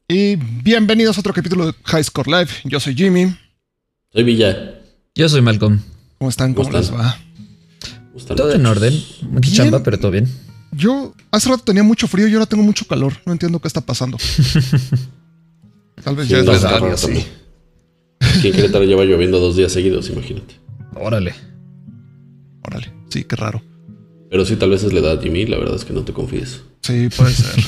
Y bienvenidos a otro capítulo de High Score Live. Yo soy Jimmy. Soy Villa. Yo soy Malcolm. ¿Cómo están? ¿Cómo les va? Todo en orden. Mucha chamba, pero todo bien. Yo hace rato tenía mucho frío y ahora tengo mucho calor. No entiendo qué está pasando. Tal vez ya es verdad. Sí. Aquí en Querétaro lleva lloviendo 2 días seguidos, imagínate. Órale. Sí, qué raro. Pero sí, tal vez es la edad, Jimmy. La verdad es que no te confíes. Sí, puede ser.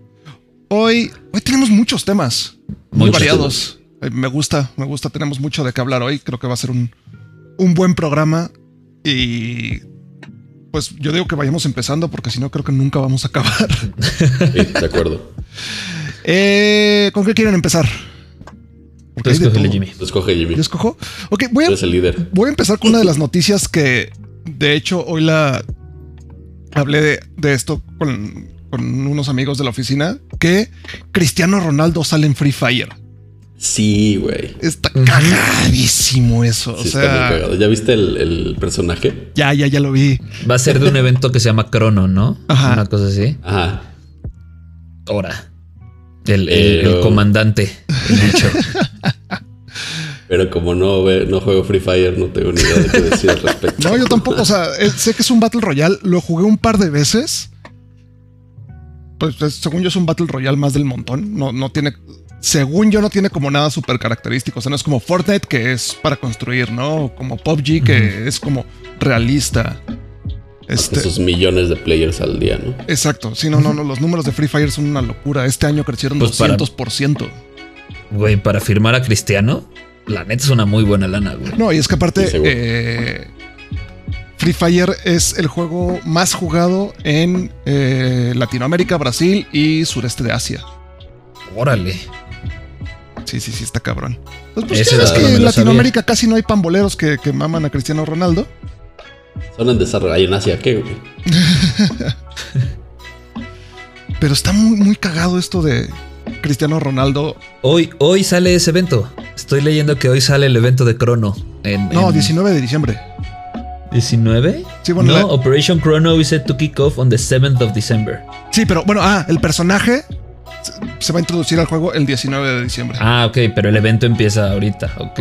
Hoy tenemos muchos temas muy variados. Me gusta. Tenemos mucho de qué hablar hoy. Creo que va a ser un buen programa. Y pues yo digo que vayamos empezando porque si no creo que nunca vamos a acabar. Sí, de acuerdo. ¿Con qué quieren empezar? Tú escógele, Jimmy. Escoge, Jimmy. ¿Yo escojo? Ok, eres el líder. Voy a empezar con una de las noticias que de hecho hoy hablé de esto con unos amigos de la oficina, que Cristiano Ronaldo sale en Free Fire. Sí, güey. Está cagadísimo eso. Sí, está muy cagado. ¿Ya viste el personaje? Ya lo vi. Va a ser de un evento que se llama Crono, ¿no? Ajá. Una cosa así. Ajá. Ahora. El comandante. El bicho. Pero como no juego Free Fire, no tengo ni idea de qué decir al respecto. No, yo tampoco. O sea, sé que es un Battle Royale. Lo jugué un par de veces. Pues según yo es un Battle Royale más del montón. No tiene... Según yo no tiene como nada súper característico. O sea, no es como Fortnite, que es para construir, ¿no? O como PUBG, que es como realista. Esos millones de players al día, ¿no? Exacto. Sí, no. Los números de Free Fire son una locura. Este año crecieron pues 200%. Güey, para firmar a Cristiano, la neta es una muy buena lana, güey. No, y es que aparte... Free Fire es el juego más jugado en Latinoamérica, Brasil y sureste de Asia. Órale. Sí, está cabrón. Pues es que en Latinoamérica casi no hay pamboleros que maman a Cristiano Ronaldo. Son en desarrollo. Ahí en Asia, ¿qué, güey? Pero está muy, muy cagado esto de Cristiano Ronaldo. Hoy sale ese evento. Estoy leyendo que hoy sale el evento de Crono. 19 de diciembre. ¿19? Sí, bueno. No, Operation Chrono is set to kick off on the 7th of December. Sí, pero bueno, el personaje se va a introducir al juego el 19 de diciembre. Ah, ok, pero el evento empieza ahorita. Ok.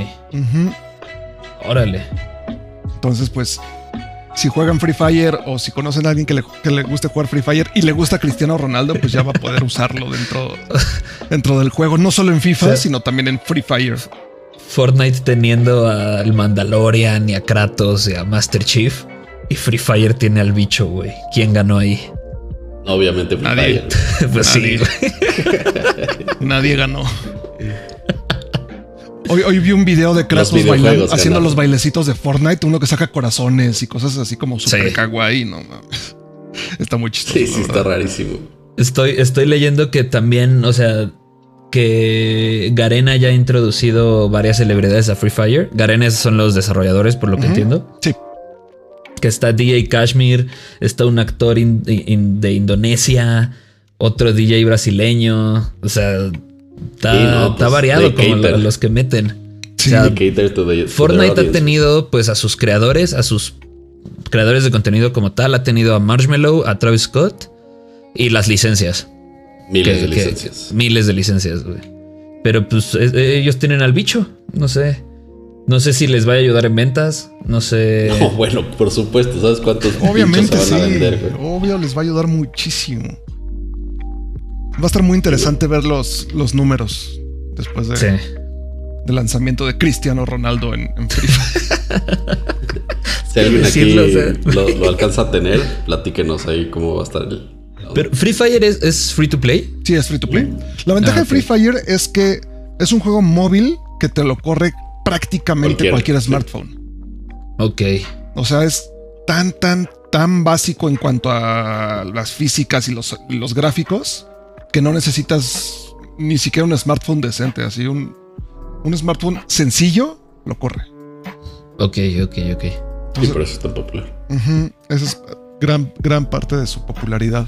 Órale. Entonces, pues, si juegan Free Fire o si conocen a alguien que le guste jugar Free Fire y le gusta Cristiano Ronaldo, pues ya va a poder usarlo dentro del juego. No solo en FIFA, sino también en Free Fire. Fortnite teniendo al Mandalorian y a Kratos y a Master Chief. Y Free Fire tiene al bicho, güey. ¿Quién ganó ahí? Obviamente Free Fire. Pues nadie. Sí. Nadie ganó. Hoy vi un video de Kratos haciendo los bailecitos de Fortnite. Uno que saca corazones y cosas así como super kawaii. No mames. Está muy chistoso. Sí, está rarísimo. Estoy leyendo que también, o sea, que Garena ya ha introducido varias celebridades a Free Fire. Garena son los desarrolladores, por lo que entiendo. Sí. Que está DJ Kashmir, está un actor de Indonesia, otro DJ brasileño. O sea, está variado como los que meten. Sí. O sea, Fortnite ha tenido pues a sus creadores de contenido como tal. Ha tenido a Marshmello, a Travis Scott y las licencias. Miles de licencias, güey. Pero pues ellos tienen al bicho. No sé si les va a ayudar en ventas. No sé. No, bueno, por supuesto. ¿Sabes cuántos Obviamente bichos se van a vender, güey? Obvio, les va a ayudar muchísimo. Va a estar muy interesante ver los números después del lanzamiento de Cristiano Ronaldo en Free Fire. Si alguien aquí lo alcanza a tener, platíquenos ahí cómo va a estar el... Pero Free Fire es free to play. Sí, es free to play. La ventaja de Free Fire es que es un juego móvil que te lo corre prácticamente cualquier smartphone. Ok. O sea, es tan básico en cuanto a las físicas y los gráficos que no necesitas ni siquiera un smartphone decente. Así un smartphone sencillo lo corre. Ok. Entonces, y por eso es tan popular. Esa es gran parte de su popularidad.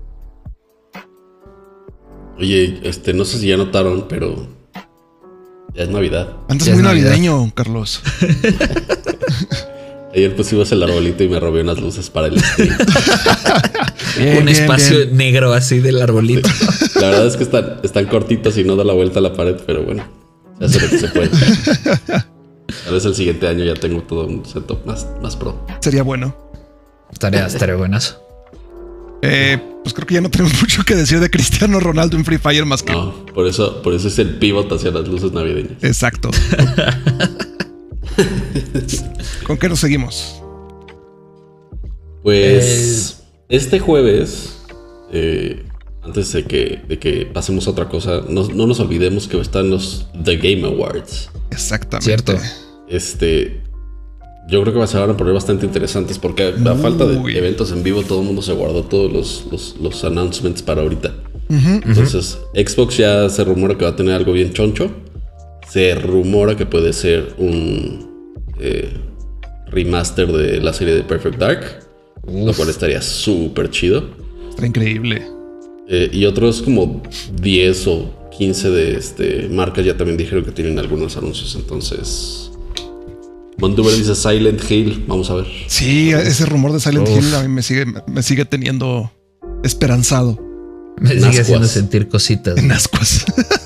Oye, no sé si ya notaron, pero ya es Navidad. Antes muy navideño, Carlos. Ayer pusimos el arbolito y me robé unas luces para el stream. Un espacio negro así del arbolito. Sí. La verdad es que están cortitos y no da la vuelta a la pared, pero bueno, se hace lo que se puede. Tal vez el siguiente año ya tengo todo un setup más pro. Sería bueno. Estaría buenazo. Pues creo que ya no tenemos mucho que decir de Cristiano Ronaldo en Free Fire más que... No, por eso es el pivot hacia las luces navideñas. Exacto. ¿Con qué nos seguimos? Pues este jueves, antes de que pasemos a otra cosa, no nos olvidemos que están los The Game Awards. Exactamente. Cierto. Yo creo que se van a poner bastante interesantes porque a falta de eventos en vivo todo el mundo se guardó todos los announcements para ahorita. Entonces Xbox ya se rumora que va a tener algo bien choncho. Se rumora que puede ser un remaster de la serie de Perfect Dark, lo cual estaría súper chido. Está increíble. Y otros como 10 o 15 de marcas ya también dijeron que tienen algunos anuncios. Entonces Monduber dice Silent Hill. Vamos a ver. Sí, ese rumor de Silent Hill a mí me sigue teniendo esperanzado. Me sigue haciendo sentir cositas. En ascuas.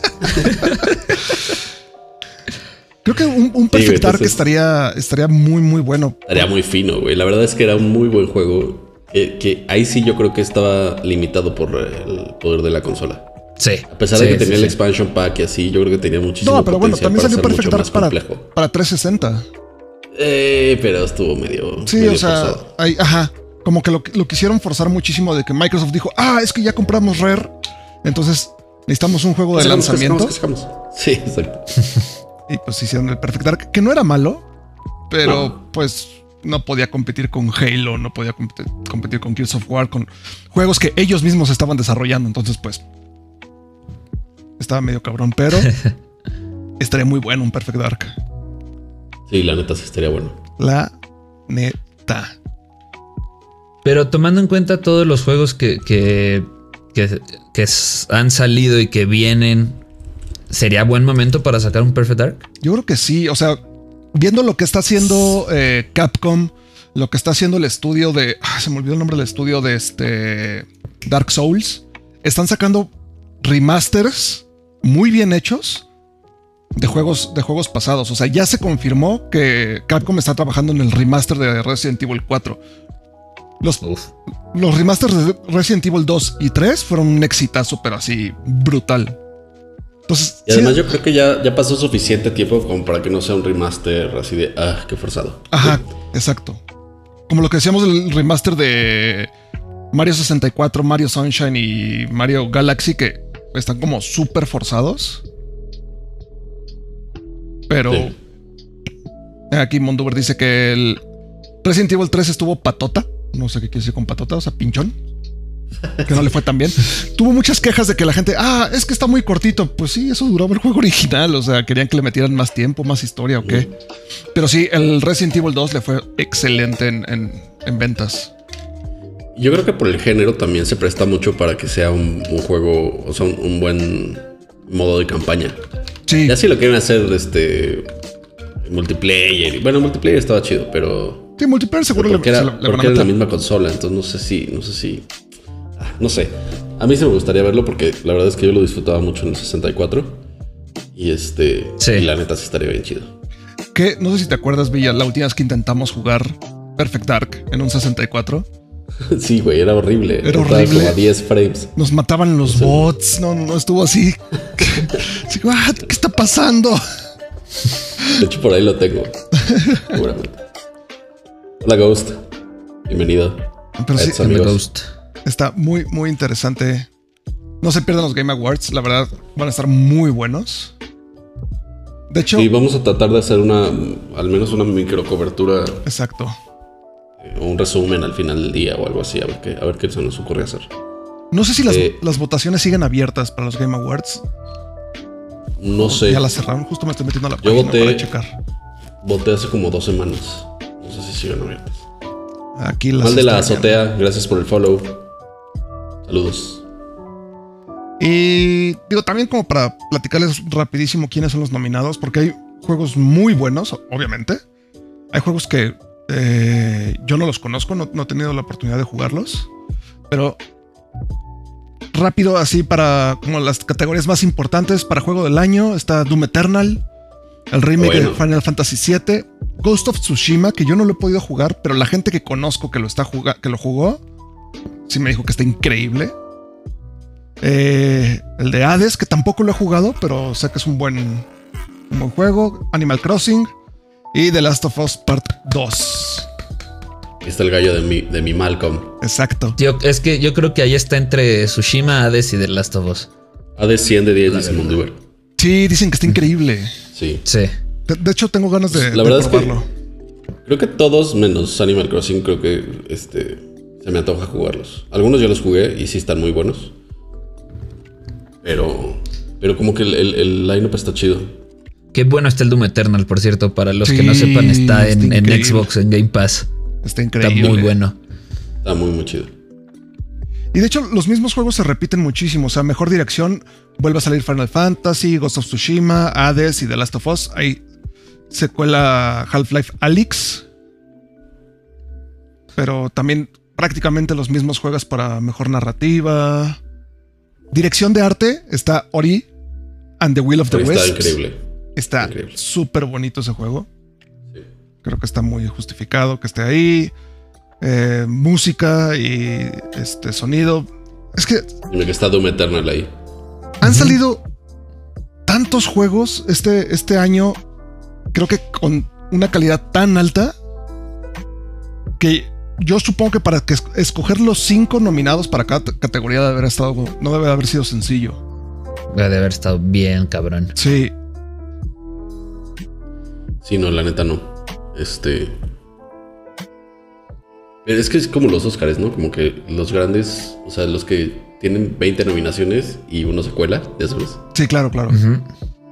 Creo que un Perfect Dark estaría muy, muy bueno. Estaría muy fino, güey. La verdad es que era un muy buen juego. Que ahí sí yo creo que estaba limitado por el poder de la consola. Sí. A pesar de que tenía el expansion pack y así, yo creo que tenía muchísimo. No, pero bueno, también salió Perfect Dark para 360. Pero estuvo medio. Sí, medio o sea, como que lo quisieron forzar muchísimo de que Microsoft dijo, es que ya compramos Rare, entonces necesitamos un juego de lanzamiento. Sí, exacto. Y pues hicieron el Perfect Dark, que no era malo, pero pues no podía competir con Halo, no podía competir con Gears of War, con juegos que ellos mismos estaban desarrollando. Entonces, pues estaba medio cabrón, pero estaría muy bueno un Perfect Dark. Sí, la neta sí estaría bueno. La neta. Pero tomando en cuenta todos los juegos que han salido y que vienen, ¿sería buen momento para sacar un Perfect Dark? Yo creo que sí. O sea, viendo lo que está haciendo Capcom, lo que está haciendo el estudio de... se me olvidó el nombre del estudio de Dark Souls. Están sacando remasters muy bien hechos de juegos pasados. O sea, ya se confirmó que Capcom está trabajando en el remaster de Resident Evil 4. Los remasters de Resident Evil 2 y 3 fueron un exitazo, pero así brutal. Entonces, y además yo creo que ya pasó suficiente tiempo como para que no sea un remaster así de qué forzado. Ajá, exacto. Como lo que decíamos del remaster de Mario 64, Mario Sunshine y Mario Galaxy, que están como súper forzados. Pero sí. Aquí Monduber dice que el Resident Evil 3 estuvo patota. No sé qué quiere decir con patota, o sea, pinchón. Que no le fue tan bien. Tuvo muchas quejas de que la gente, es que está muy cortito. Pues sí, eso duraba el juego original. O sea, querían que le metieran más tiempo, más historia o qué. Pero sí, el Resident Evil 2 le fue excelente en ventas. Yo creo que por el género también se presta mucho para que sea un juego, o sea, un buen modo de campaña. Sí. Ya si lo quieren hacer multiplayer. Bueno, multiplayer estaba chido, pero... Sí, multiplayer seguro porque era la misma consola, entonces no sé si... No sé. A mí sí me gustaría verlo porque la verdad es que yo lo disfrutaba mucho en el 64. Y sí. Y la neta sí estaría bien chido. Que no sé si te acuerdas, Villa, la última vez que intentamos jugar Perfect Dark en un 64. Sí, güey, era horrible. Era horrible. Como a 10 frames. Nos mataban los bots. No estuvo así. ¿Qué está pasando? De hecho, por ahí lo tengo. Seguramente. Hola, Ghost. Bienvenido. Pero sí, Ghost. Está muy, muy interesante. No se pierdan los Game Awards. La verdad, van a estar muy buenos. De hecho... Sí, vamos a tratar de hacer al menos una micro cobertura. Exacto. Un resumen al final del día o algo así. A ver qué se nos ocurre hacer. No sé si las votaciones siguen abiertas para los Game Awards. No sé. Ya las cerraron. Justo me estoy metiendo a la página para checar. Voté hace como 2 semanas. No sé si siguen abiertas. Aquí las Mal de la azotea. Gracias por el follow. Saludos. Y digo, también como para platicarles rapidísimo quiénes son los nominados, porque hay juegos muy buenos, obviamente. Hay juegos que Yo no los conozco, no he tenido la oportunidad de jugarlos. Pero rápido, así para como las categorías más importantes para juego del año, está Doom Eternal, el remake de Final Fantasy VII, Ghost of Tsushima, que yo no lo he podido jugar, pero la gente que conozco que lo jugó, sí me dijo que está increíble. El de Hades, que tampoco lo he jugado, pero sé que es un buen juego. Animal Crossing y The Last of Us Part 2. Aquí está el gallo de mi Malcolm. Exacto. Es que yo creo que ahí está entre Tsushima, Hades y The Last of Us. Hades 100 de 10, dice Munduber. Sí, dicen que está increíble. Sí. De hecho, tengo ganas de probarlo. Creo que todos menos Animal Crossing, creo que se me antoja jugarlos. Algunos yo los jugué y sí están muy buenos. Pero como que el line-up está chido. Qué bueno está el Doom Eternal, por cierto. Para los que no sepan, está en Xbox, en Game Pass. Está increíble. Está muy bueno. Está muy, muy chido. Y de hecho, los mismos juegos se repiten muchísimo. O sea, mejor dirección, vuelve a salir Final Fantasy, Ghost of Tsushima, Hades y The Last of Us. Ahí se cuela Half-Life Alyx. Pero también prácticamente los mismos juegos para mejor narrativa. Dirección de arte está Ori and the Will of the West. Está increíble. Está súper bonito ese juego. Sí. Creo que está muy justificado que esté ahí. Música y sonido. Es que... Dime que está Doom Eternal ahí. Han salido tantos juegos este año, creo que con una calidad tan alta, que yo supongo que para escoger los 5 nominados para cada categoría no debe haber sido sencillo. Debe haber estado bien cabrón. Sí. Sí, no, la neta no. Es que es como los Oscars, ¿no? Como que los grandes, o sea, los que tienen 20 nominaciones y uno se cuela, ¿ya sabes? Sí, claro. Uh-huh.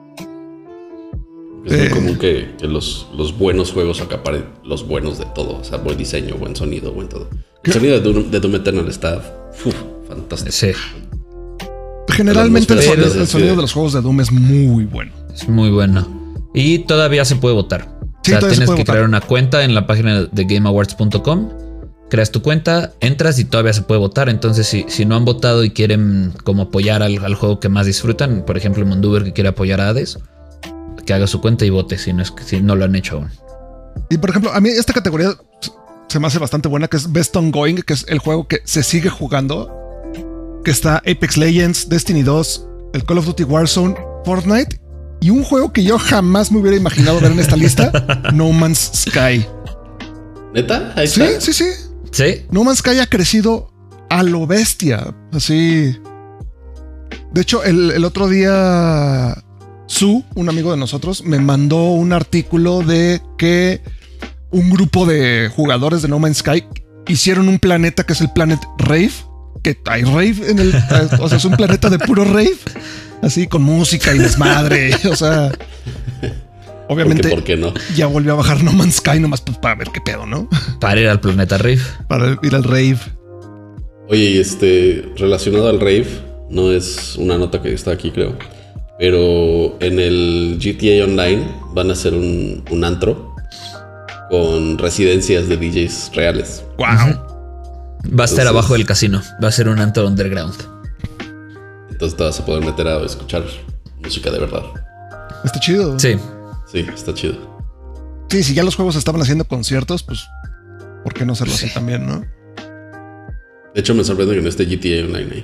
Es muy común que los buenos juegos acaparen los buenos de todo. O sea, buen diseño, buen sonido, buen todo. El sonido de Doom Eternal está fantástico. Sí. Generalmente el sonido de los juegos de Doom es muy bueno. Es muy bueno. Y todavía se puede votar. Sí, o sea, tienes que crear una cuenta en la página de GameAwards.com. Creas tu cuenta, entras y todavía se puede votar. Entonces, si no han votado y quieren como apoyar al juego que más disfrutan, por ejemplo, Munduber que quiere apoyar a Hades, que haga su cuenta y vote si no lo han hecho aún. Y por ejemplo, a mí esta categoría se me hace bastante buena, que es Best Ongoing, que es el juego que se sigue jugando, que está Apex Legends, Destiny 2, el Call of Duty Warzone, Fortnite y un juego que yo jamás me hubiera imaginado ver en esta lista, No Man's Sky. ¿Neta? Ahí está. Sí. No Man's Sky ha crecido a lo bestia. Así. De hecho, el otro día, Su, un amigo de nosotros, me mandó un artículo de que un grupo de jugadores de No Man's Sky hicieron un planeta que es el Planet Rave. Que hay rave en o sea, es un planeta de puro rave. Así con música y desmadre. O sea. Obviamente, ¿por qué no? Ya volvió a bajar No Man's Sky nomás para ver qué pedo, ¿no? Para ir al planeta Rave. Para ir al Rave. Oye, y relacionado al Rave, no es una nota que está aquí, creo. Pero en el GTA Online van a hacer un antro con residencias de DJs reales. ¡Wow! Va a estar abajo del casino. Va a ser un antro underground. Entonces te vas a poder meter a escuchar música de verdad. Está chido. Sí. Sí, está chido. Sí, si ya los juegos estaban haciendo conciertos, pues ¿por qué no hacerlo así también, no? De hecho, me sorprende que no esté GTA Online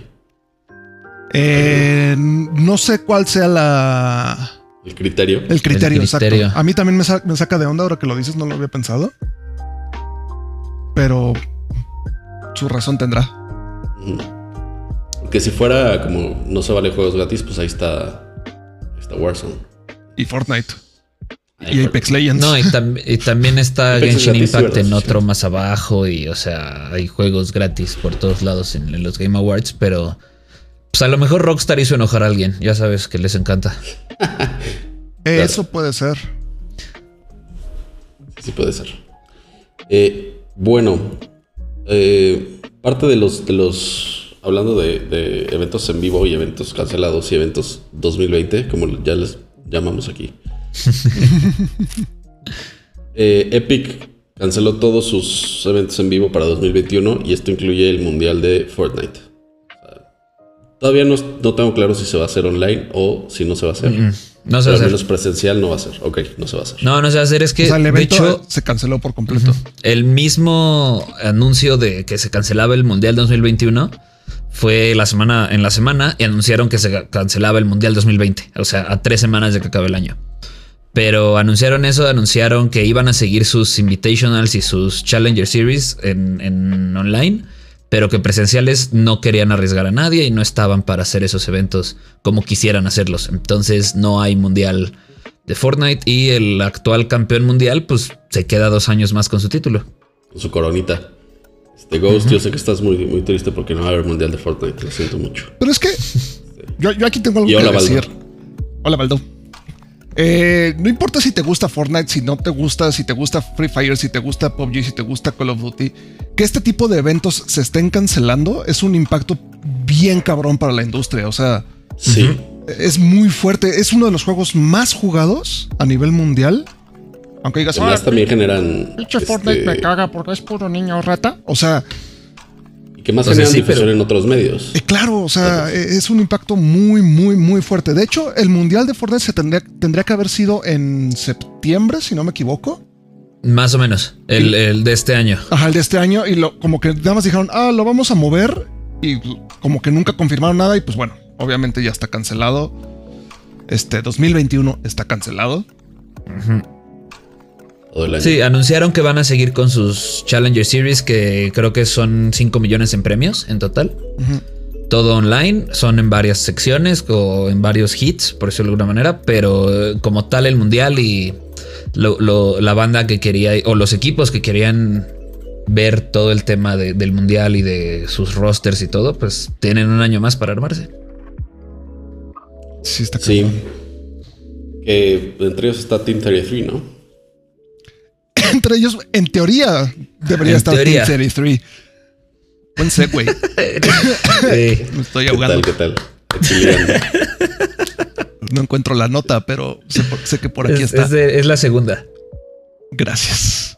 ahí. No sé cuál sea el criterio. El criterio, exacto. A mí también me saca de onda ahora que lo dices, no lo había pensado. Pero su razón tendrá. Porque si fuera como no se vale juegos gratis, pues ahí está Warzone. Y Fortnite. Y Apex Legends. No, y también está Genshin Impact en otro más abajo. Y o sea, hay juegos gratis por todos lados en los Game Awards. Pero pues a lo mejor Rockstar hizo enojar a alguien. Ya sabes que les encanta. Eso puede ser. Sí puede ser. Bueno, parte de los hablando de eventos en vivo y eventos cancelados y eventos 2020, como ya les llamamos aquí. Epic canceló todos sus eventos en vivo para 2021 y esto incluye el mundial de Fortnite. Todavía no tengo claro si se va a hacer online o si no se va a hacer. No se va a hacer. Menos presencial no va a ser. Ok, no se va a hacer. No se va a hacer. Es que, el evento de hecho, se canceló por completo. El mismo anuncio de que se cancelaba el Mundial 2021 fue en la semana y anunciaron que se cancelaba el Mundial 2020. O sea, a 3 semanas de que acabe el año. Pero anunciaron que iban a seguir sus Invitationals y sus Challenger Series en online, pero que presenciales no querían arriesgar a nadie y no estaban para hacer esos eventos como quisieran hacerlos. Entonces no hay mundial de Fortnite y el actual campeón mundial pues se queda 2 años más con su título. Con su coronita. Ghost, yo sé que estás muy, muy triste porque no va a haber mundial de Fortnite, lo siento mucho. Pero es que yo aquí tengo algo que decir. Hola, Baldo. No importa si te gusta Fortnite, si no te gusta, si te gusta Free Fire, si te gusta PUBG, si te gusta Call of Duty, que este tipo de eventos se estén cancelando es un impacto bien cabrón para la industria. O sea, sí, es muy fuerte. Es uno de los juegos más jugados a nivel mundial. Aunque digas, además también generan. Pinche Fortnite me caga porque es puro niño rata. O sea, que más generan difusión en otros medios. Claro, o sea, es un impacto muy, muy, muy fuerte. De hecho, el mundial de Fortnite tendría que haber sido en septiembre, si no me equivoco. Más o menos, el de este año. Ajá, el de este año. Y como que nada más dijeron, lo vamos a mover. Y como que nunca confirmaron nada. Y pues bueno, obviamente ya está cancelado. 2021 está cancelado. Sí, anunciaron que van a seguir con sus Challenger Series, que creo que son 5 millones en premios en total. Todo online, son en varias secciones o en varios hits, por decirlo de alguna manera, pero como tal el mundial y la banda que quería, o los equipos que querían ver todo el tema del mundial y de sus rosters y todo, pues tienen un año más para armarse. Sí, está claro. Sí. Entre ellos está Team 33, ¿no? Entre ellos, en teoría, debería estar Team 33. Buen segue. Me estoy ahogando. ¿Qué tal? No encuentro la nota, pero sé que por aquí está. Es la segunda. Gracias.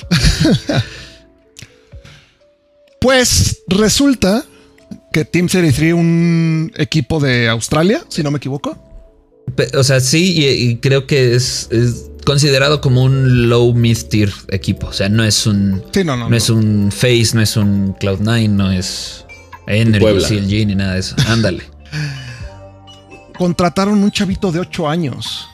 Pues resulta que Team 33, un equipo de Australia, si no me equivoco. O sea, sí, y creo que es considerado como un low mid tier equipo. O sea, no es un. Sí, no es un FaZe, no es un Cloud9, no es Energy, CLG ni nada de eso. Ándale. Contrataron un chavito de 8 años.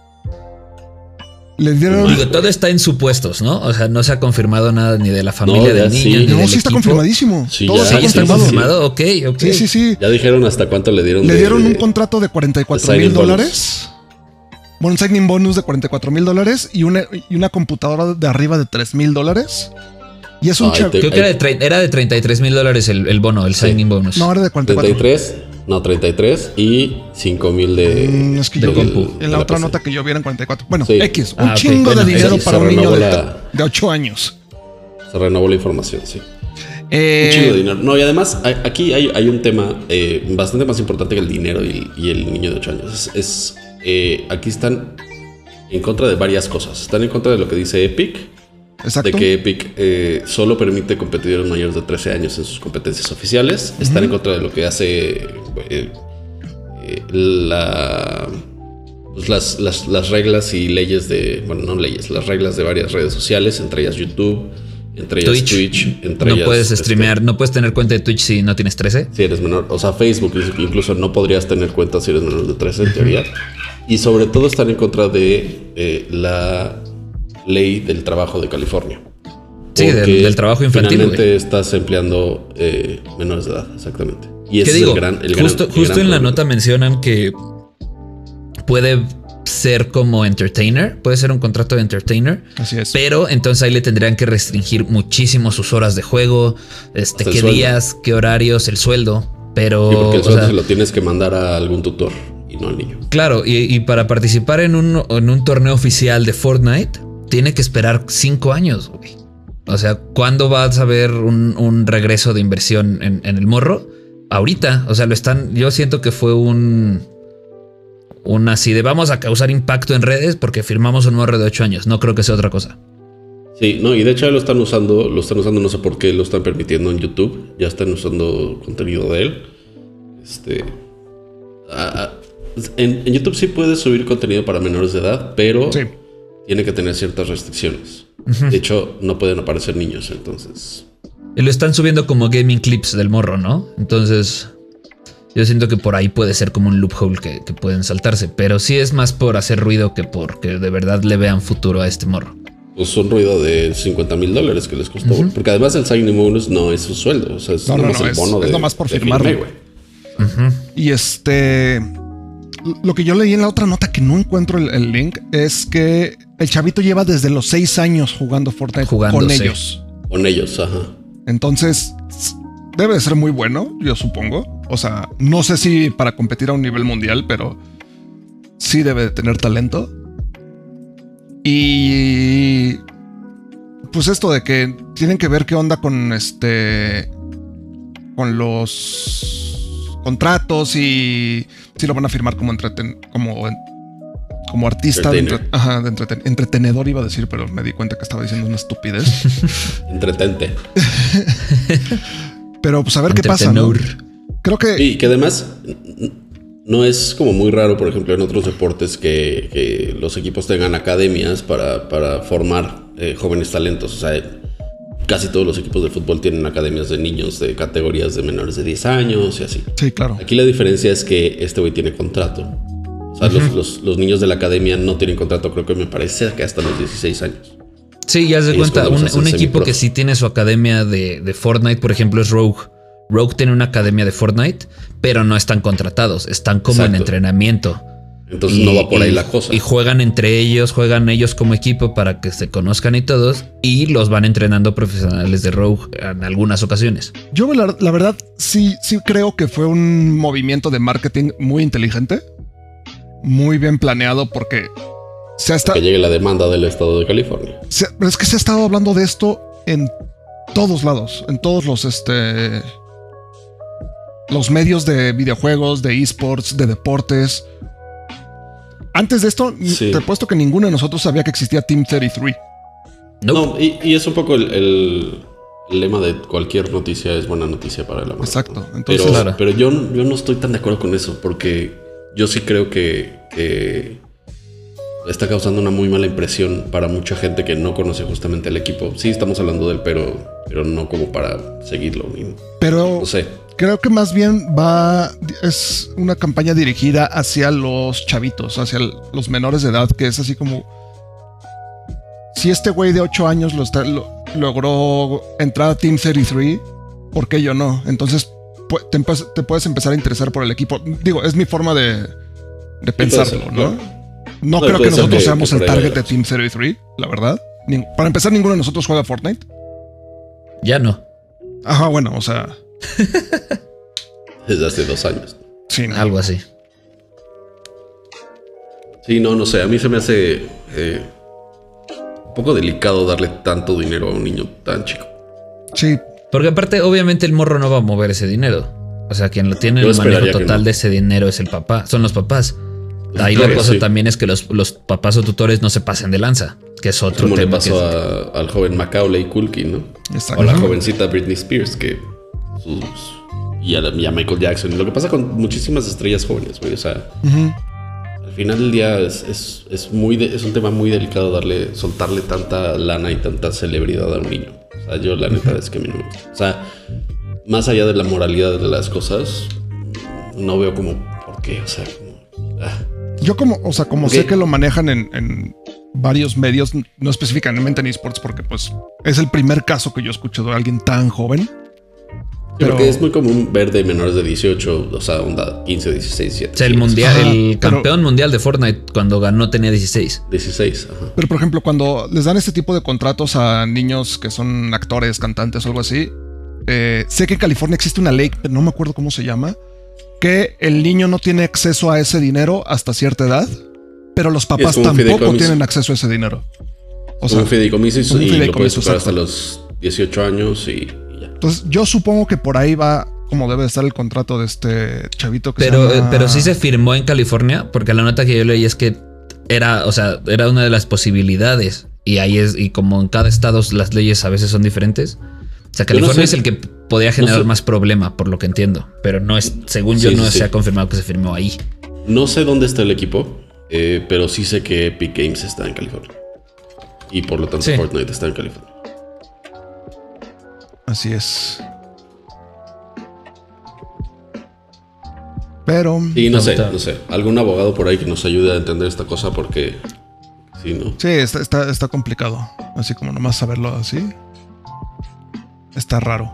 Les dieron. Digo, todo está en supuestos, ¿no? O sea, no se ha confirmado nada ni de la familia del niño. No, sí está confirmadísimo. Sí, todo está confirmado. Ok. Sí. Ya dijeron hasta cuánto le dieron. Le dieron un contrato de $44,000. Bueno, un signing bonus de $44,000 y una computadora de arriba de $3,000. Y es un chavo. Creo que era de $33,000 el bono, el signing bonus. No, era de 44. 33 y 5,000 de. Es que yo compu. En la otra nota que yo vi eran 44. Bueno, sí. X. Un chingo de dinero para un niño de 8 años. Se renovó la información, sí. Un chingo de dinero. No, y además aquí hay un tema bastante más importante que el dinero y el niño de 8 años. Aquí están en contra de varias cosas. Están en contra de lo que dice Epic. Exacto. De que Epic solo permite competidores mayores de 13 años en sus competencias oficiales. Están en contra de lo que hace las reglas y leyes de. Bueno, no leyes, las reglas de varias redes sociales, entre ellas YouTube, entre ellas Twitch, entre ellas. No puedes streamear, no puedes tener cuenta de Twitch si no tienes 13. Si eres menor. O sea, Facebook incluso no podrías tener cuenta si eres menor de 13 en teoría. Y sobre todo están en contra de la ley del trabajo de California. Sí, del trabajo infantil. Finalmente estás empleando menores de edad, exactamente. Y ese es el gran justo en la nota mencionan que puede ser como entertainer, puede ser un contrato de entertainer. Así es. Pero entonces ahí le tendrían que restringir muchísimo sus horas de juego, qué días, qué horarios, el sueldo. Pero. Sí, porque el sueldo se lo tienes que mandar a algún tutor y no al niño. Claro, y para participar en un torneo oficial de Fortnite, tiene que esperar 5 años, güey. O sea, ¿cuándo vas a ver un regreso de inversión en el morro? Ahorita, o sea, yo siento que fue un así de vamos a causar impacto en redes porque firmamos un morro de 8 años. No creo que sea otra cosa. Sí, no, y de hecho ya lo están usando, no sé por qué lo están permitiendo en YouTube, ya están usando contenido de él. En YouTube sí puedes subir contenido para menores de edad, pero sí, tiene que tener ciertas restricciones. De hecho, no pueden aparecer niños, entonces... Y lo están subiendo como gaming clips del morro, ¿no? Entonces, yo siento que por ahí puede ser como un loophole que pueden saltarse, pero sí es más por hacer ruido que porque de verdad le vean futuro a este morro. Pues un ruido de $50,000 que les costó. Porque además el signing bonus no es su sueldo. O sea, es nomás el bono es nomás por firmarlo. Y lo que yo leí en la otra nota que no encuentro el link es que el chavito lleva desde los 6 años jugando Fortnite con ellos. Con ellos, ajá. Entonces, debe de ser muy bueno, yo supongo. O sea, no sé si para competir a un nivel mundial, pero sí debe de tener talento. Y pues esto de que tienen que ver qué onda con los contratos y si lo van a firmar como artista de entretenedor, iba a decir, pero me di cuenta que estaba diciendo una estupidez. Entretente. Pero pues a ver qué pasa, ¿no? Creo que... Y que además... No es como muy raro, por ejemplo, en otros deportes que los equipos tengan academias para formar jóvenes talentos. O sea, casi todos los equipos de fútbol tienen academias de niños de categorías de menores de 10 años y así. Sí, claro. Aquí la diferencia es que este güey tiene contrato. O sea, los niños de la academia no tienen contrato, creo que me parece que hasta los 16 años. Sí, ya se cuenta, un equipo que sí tiene su academia de Fortnite, por ejemplo, es Rogue. Rogue tiene una academia de Fortnite, pero no están contratados, están como en entrenamiento. Entonces no va por ahí la cosa. Y juegan ellos como equipo para que se conozcan y todos, y los van entrenando profesionales de Rogue en algunas ocasiones. Yo la verdad sí creo que fue un movimiento de marketing muy inteligente, muy bien planeado, porque que llegue la demanda del estado de California. Es que se ha estado hablando de esto en todos lados, en todos los medios de videojuegos, de esports, de deportes. Antes de esto, te he puesto que ninguno de nosotros sabía que existía Team 33. No, y es un poco el lema de cualquier noticia es buena noticia para la marca. Exacto. Entonces, pero yo no estoy tan de acuerdo con eso, porque yo sí creo que está causando una muy mala impresión para mucha gente que no conoce justamente el equipo. Sí, estamos hablando de él, pero no como para seguirlo. Pero no sé. Creo que más bien es una campaña dirigida hacia los chavitos, hacia los menores de edad, que es así como... Si este güey de 8 años logró entrar a Team 33, ¿por qué yo no? Entonces te puedes empezar a interesar por el equipo. Digo, es mi forma de pensarlo, ¿no? No creo que nosotros seamos el target de Team 33, la verdad. Para empezar, ninguno de nosotros juega Fortnite. Ya no. Ajá, bueno, o sea... Desde hace 2 años. Sí, algo así. Sí, no sé. A mí se me hace un poco delicado darle tanto dinero a un niño tan chico. Sí. Porque aparte, obviamente, el morro no va a mover ese dinero. O sea, quien lo tiene el manejo total de ese dinero es el papá. Son los papás. Ahí la cosa también es que los papás o tutores no se pasen de lanza, que es otro tema. Como le pasó al joven Macaulay Culkin, ¿no? Exacto. O la jovencita Britney Spears, y a Michael Jackson. Lo que pasa con muchísimas estrellas jóvenes, güey. O sea, al final del día es un tema muy delicado soltarle tanta lana y tanta celebridad a un niño. O sea, yo la neta es que a mí no me gusta. O sea, más allá de la moralidad de las cosas, no veo como por qué. O sea, yo como sé que lo manejan en varios medios, no específicamente en esports, porque pues es el primer caso que yo he escuchado de alguien tan joven. Pero que es muy común ver de menores de 18, o sea, onda 15, 16, 17. O sea, el campeón mundial de Fortnite cuando ganó tenía 16. 16, ajá. Pero por ejemplo, cuando les dan este tipo de contratos a niños que son actores, cantantes o algo así, sé que en California existe una ley, no me acuerdo cómo se llama, que el niño no tiene acceso a ese dinero hasta cierta edad, pero los papás tampoco tienen acceso a ese dinero. O sea, un fideicomiso y lo puedes usar hasta los 18 años y ya. Entonces yo supongo que por ahí va como debe estar el contrato de este chavito que pero sí se firmó en California, porque la nota que yo leí es que era una de las posibilidades y ahí y como en cada estado las leyes a veces son diferentes. O sea, California es el que podía generar más problema, por lo que entiendo. Pero no es, según yo, se ha confirmado que se firmó ahí. No sé dónde está el equipo, pero sí sé que Epic Games está en California. Y por lo tanto Fortnite está en California. Así es. Pero... Sí, no sé. Algún abogado por ahí que nos ayude a entender esta cosa porque... Sí, ¿no? Sí, está complicado. Así como nomás saberlo así. Está raro.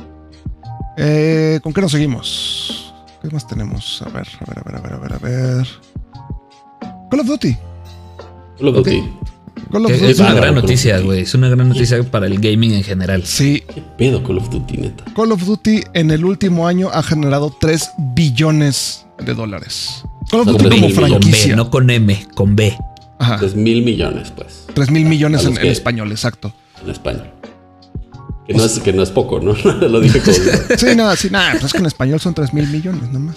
¿Con qué nos seguimos? ¿Qué más tenemos? A ver. Call of Duty. Es una gran noticia, güey. Es una gran noticia para el gaming en general. Sí. ¿Qué pedo Call of Duty, neta? Call of Duty en el último año ha generado $3 billones. Call of Duty como franquicia. Con B, no con M, con B. Ajá. 3,000 millones, pues. 3,000 millones en español, exacto. En español. Que no es poco, ¿no? Lo dije como... Sí, nada. Pues es que en español son 3,000 millones nomás.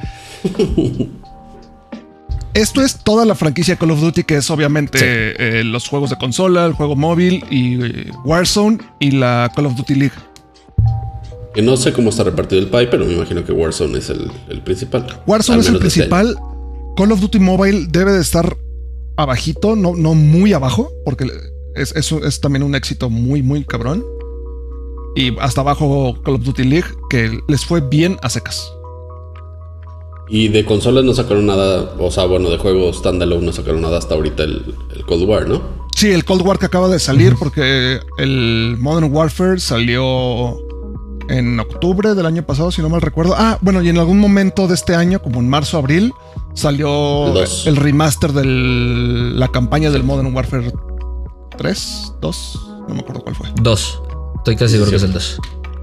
Esto es toda la franquicia Call of Duty, que es obviamente los juegos de consola, el juego móvil y Warzone y la Call of Duty League. Que no sé cómo está repartido el pie, pero me imagino que Warzone es el principal. Warzone es el principal. Call of Duty Mobile debe de estar abajito, no muy abajo, porque es también un éxito muy, muy cabrón. Y hasta abajo Call of Duty League, que les fue bien a secas. Y de consolas no sacaron nada, o sea, bueno, de juegos standalone no sacaron nada hasta ahorita el Cold War, ¿no? Sí, el Cold War que acaba de salir, porque el Modern Warfare salió en octubre del año pasado, si no mal recuerdo. Ah, bueno, y en algún momento de este año, como en marzo, abril, salió el remaster de la campaña del Modern Warfare 3, 2, no me acuerdo cuál fue. 2. Estoy casi seguro que es el 2.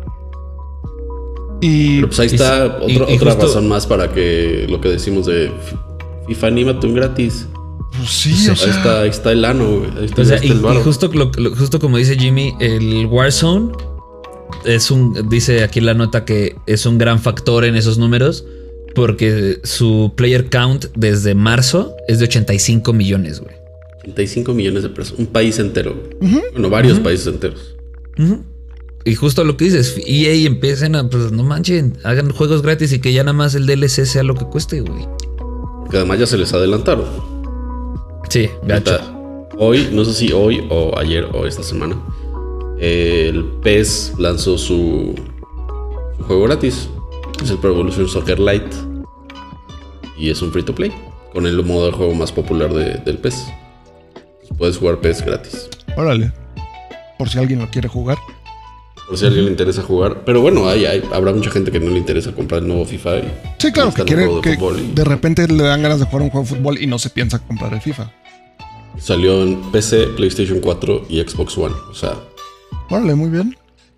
Pero pues ahí está otra razón más para que lo que decimos de FIFA Anímate un gratis. Pues sí, o sea, ahí está el ano, güey. Ahí está, y justo como dice Jimmy, el Warzone dice aquí la nota que es un gran factor en esos números porque su player count desde marzo es de 85 millones, güey. 85 millones de personas, un país entero. Bueno, varios países enteros. Y justo lo que dices, EA empiecen a, pues no manchen, hagan juegos gratis y que ya nada más el DLC sea lo que cueste, güey. Porque además ya se les adelantaron. Sí, gacho. Hoy, no sé si hoy o ayer o esta semana, el PES lanzó su juego gratis. Es el Pro Evolution Soccer Lite. Y es un free to play, con el modo de juego más popular del PES. Puedes jugar PES gratis. Órale. Por si alguien lo quiere jugar. Por si a alguien le interesa jugar. Pero bueno, habrá mucha gente que no le interesa comprar el nuevo FIFA. Sí, claro, que quiere que de repente le dan ganas de jugar un juego de fútbol y no se piensa comprar el FIFA. Salió en PC, PlayStation 4 y Xbox One. O sea... Órale, muy bien.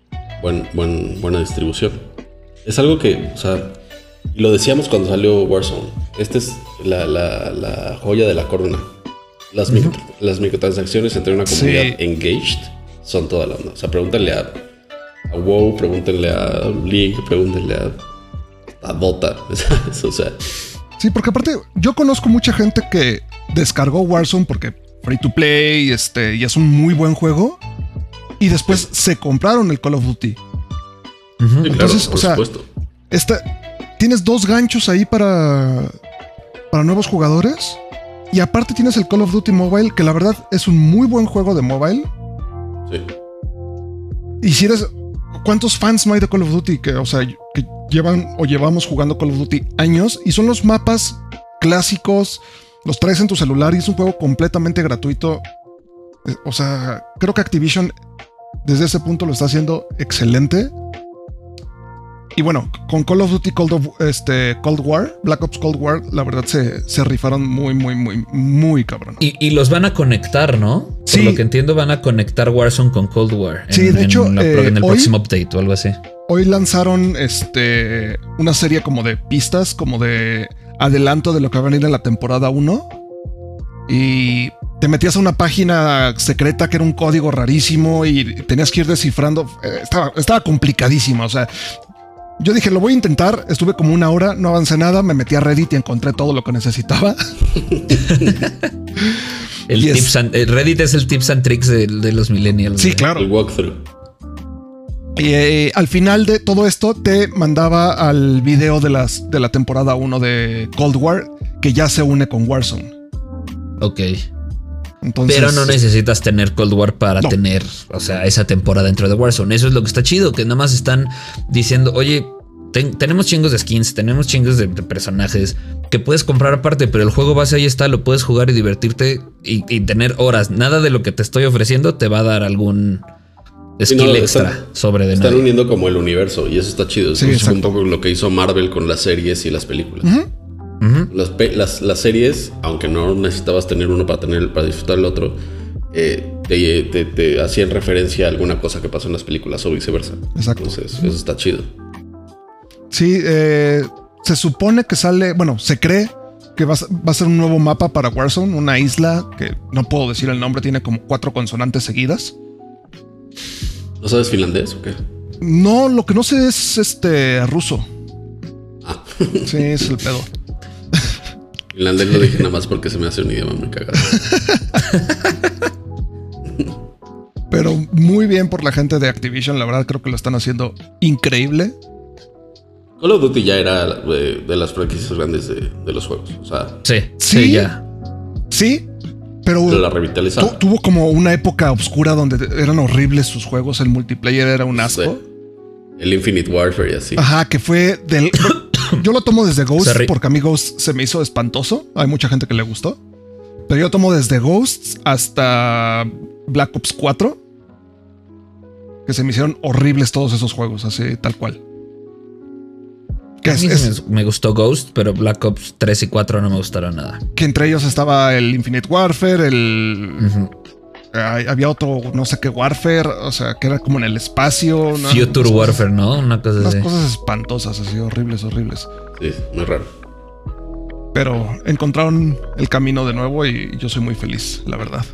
Buena distribución. Es algo que, o sea... Lo decíamos cuando salió Warzone. Esta es la joya de la corona. Las microtransacciones entre una comunidad engaged son toda la onda. O sea, pregúntenle a WoW, pregúntenle a League, pregúntenle a Dota. O sea. Sí, porque aparte yo conozco mucha gente que descargó Warzone porque free to play, y es un muy buen juego. Y después se compraron el Call of Duty. Sí, entonces, claro, por supuesto. Tienes 2 ganchos ahí para nuevos jugadores. Y aparte tienes el Call of Duty Mobile, que la verdad es un muy buen juego de mobile. Sí. Y si eres... ¿Cuántos fans no hay de Call of Duty que llevamos jugando Call of Duty años? Y son los mapas clásicos, los traes en tu celular y es un juego completamente gratuito. O sea, creo que Activision desde ese punto lo está haciendo excelente. Y bueno, con Call of Duty Cold War, Black Ops Cold War, la verdad se rifaron muy, muy, muy, muy cabrón. Y los van a conectar, ¿no? Sí. Por lo que entiendo, van a conectar Warzone con Cold War. Sí, de hecho, en el próximo update o algo así. Hoy lanzaron una serie como de pistas, como de adelanto de lo que va a venir en la temporada 1. Y te metías a una página secreta que era un código rarísimo y tenías que ir descifrando. Estaba complicadísimo, o sea... Yo dije, lo voy a intentar. Estuve como 1 hora, no avancé nada. Me metí a Reddit y encontré todo lo que necesitaba. Reddit es el tips and tricks de los millennials. Sí, claro. El walkthrough. Y al final de todo esto te mandaba al video de la temporada 1 de Cold War, que ya se une con Warzone. Ok. Entonces, pero no necesitas tener Cold War para tener, o sea, esa temporada dentro de Warzone. Eso es lo que está chido, que nada más están diciendo, oye, tenemos chingos de skins, tenemos chingos de personajes que puedes comprar aparte, pero el juego base ahí está, lo puedes jugar y divertirte y tener horas. Nada de lo que te estoy ofreciendo te va a dar algún skill extra sobre de Están uniendo como el universo y eso está chido. Sí, es un poco lo que hizo Marvel con las series y las películas. Las series, aunque no necesitabas tener uno para disfrutar el otro, te hacían referencia a alguna cosa que pasó en las películas o viceversa. Exacto. Entonces, eso está chido. Sí, se supone que se cree que va a ser un nuevo mapa para Warzone, una isla que no puedo decir el nombre, tiene como 4 consonantes seguidas. ¿No sabes finlandés o qué? No, lo que no sé es ruso. Ah. Sí, es el pedo. Finlandés lo dije nada más porque se me hace un idioma muy cagado. Pero muy bien por la gente de Activision, la verdad creo que lo están haciendo increíble. Call of Duty ya era de las franquicias grandes de los juegos. O sea, sí, ya. Sí, pero la revitalizaron. Tuvo como una época oscura donde eran horribles sus juegos, el multiplayer era un asco. El Infinite Warfare y así. Ajá, que fue del... Yo lo tomo desde Ghost porque a mí Ghost se me hizo espantoso. Hay mucha gente que le gustó. Pero yo tomo desde Ghosts hasta Black Ops 4, que se me hicieron horribles todos esos juegos, así tal cual. Me gustó Ghost, pero Black Ops 3 y 4 no me gustaron nada. Que entre ellos estaba el Infinite Warfare, había otro, no sé qué Warfare, o sea, que era como en el espacio. Future Warfare, ¿no? Unas cosas espantosas, así, horribles. Sí, muy raro. Pero encontraron el camino de nuevo y yo soy muy feliz, la verdad.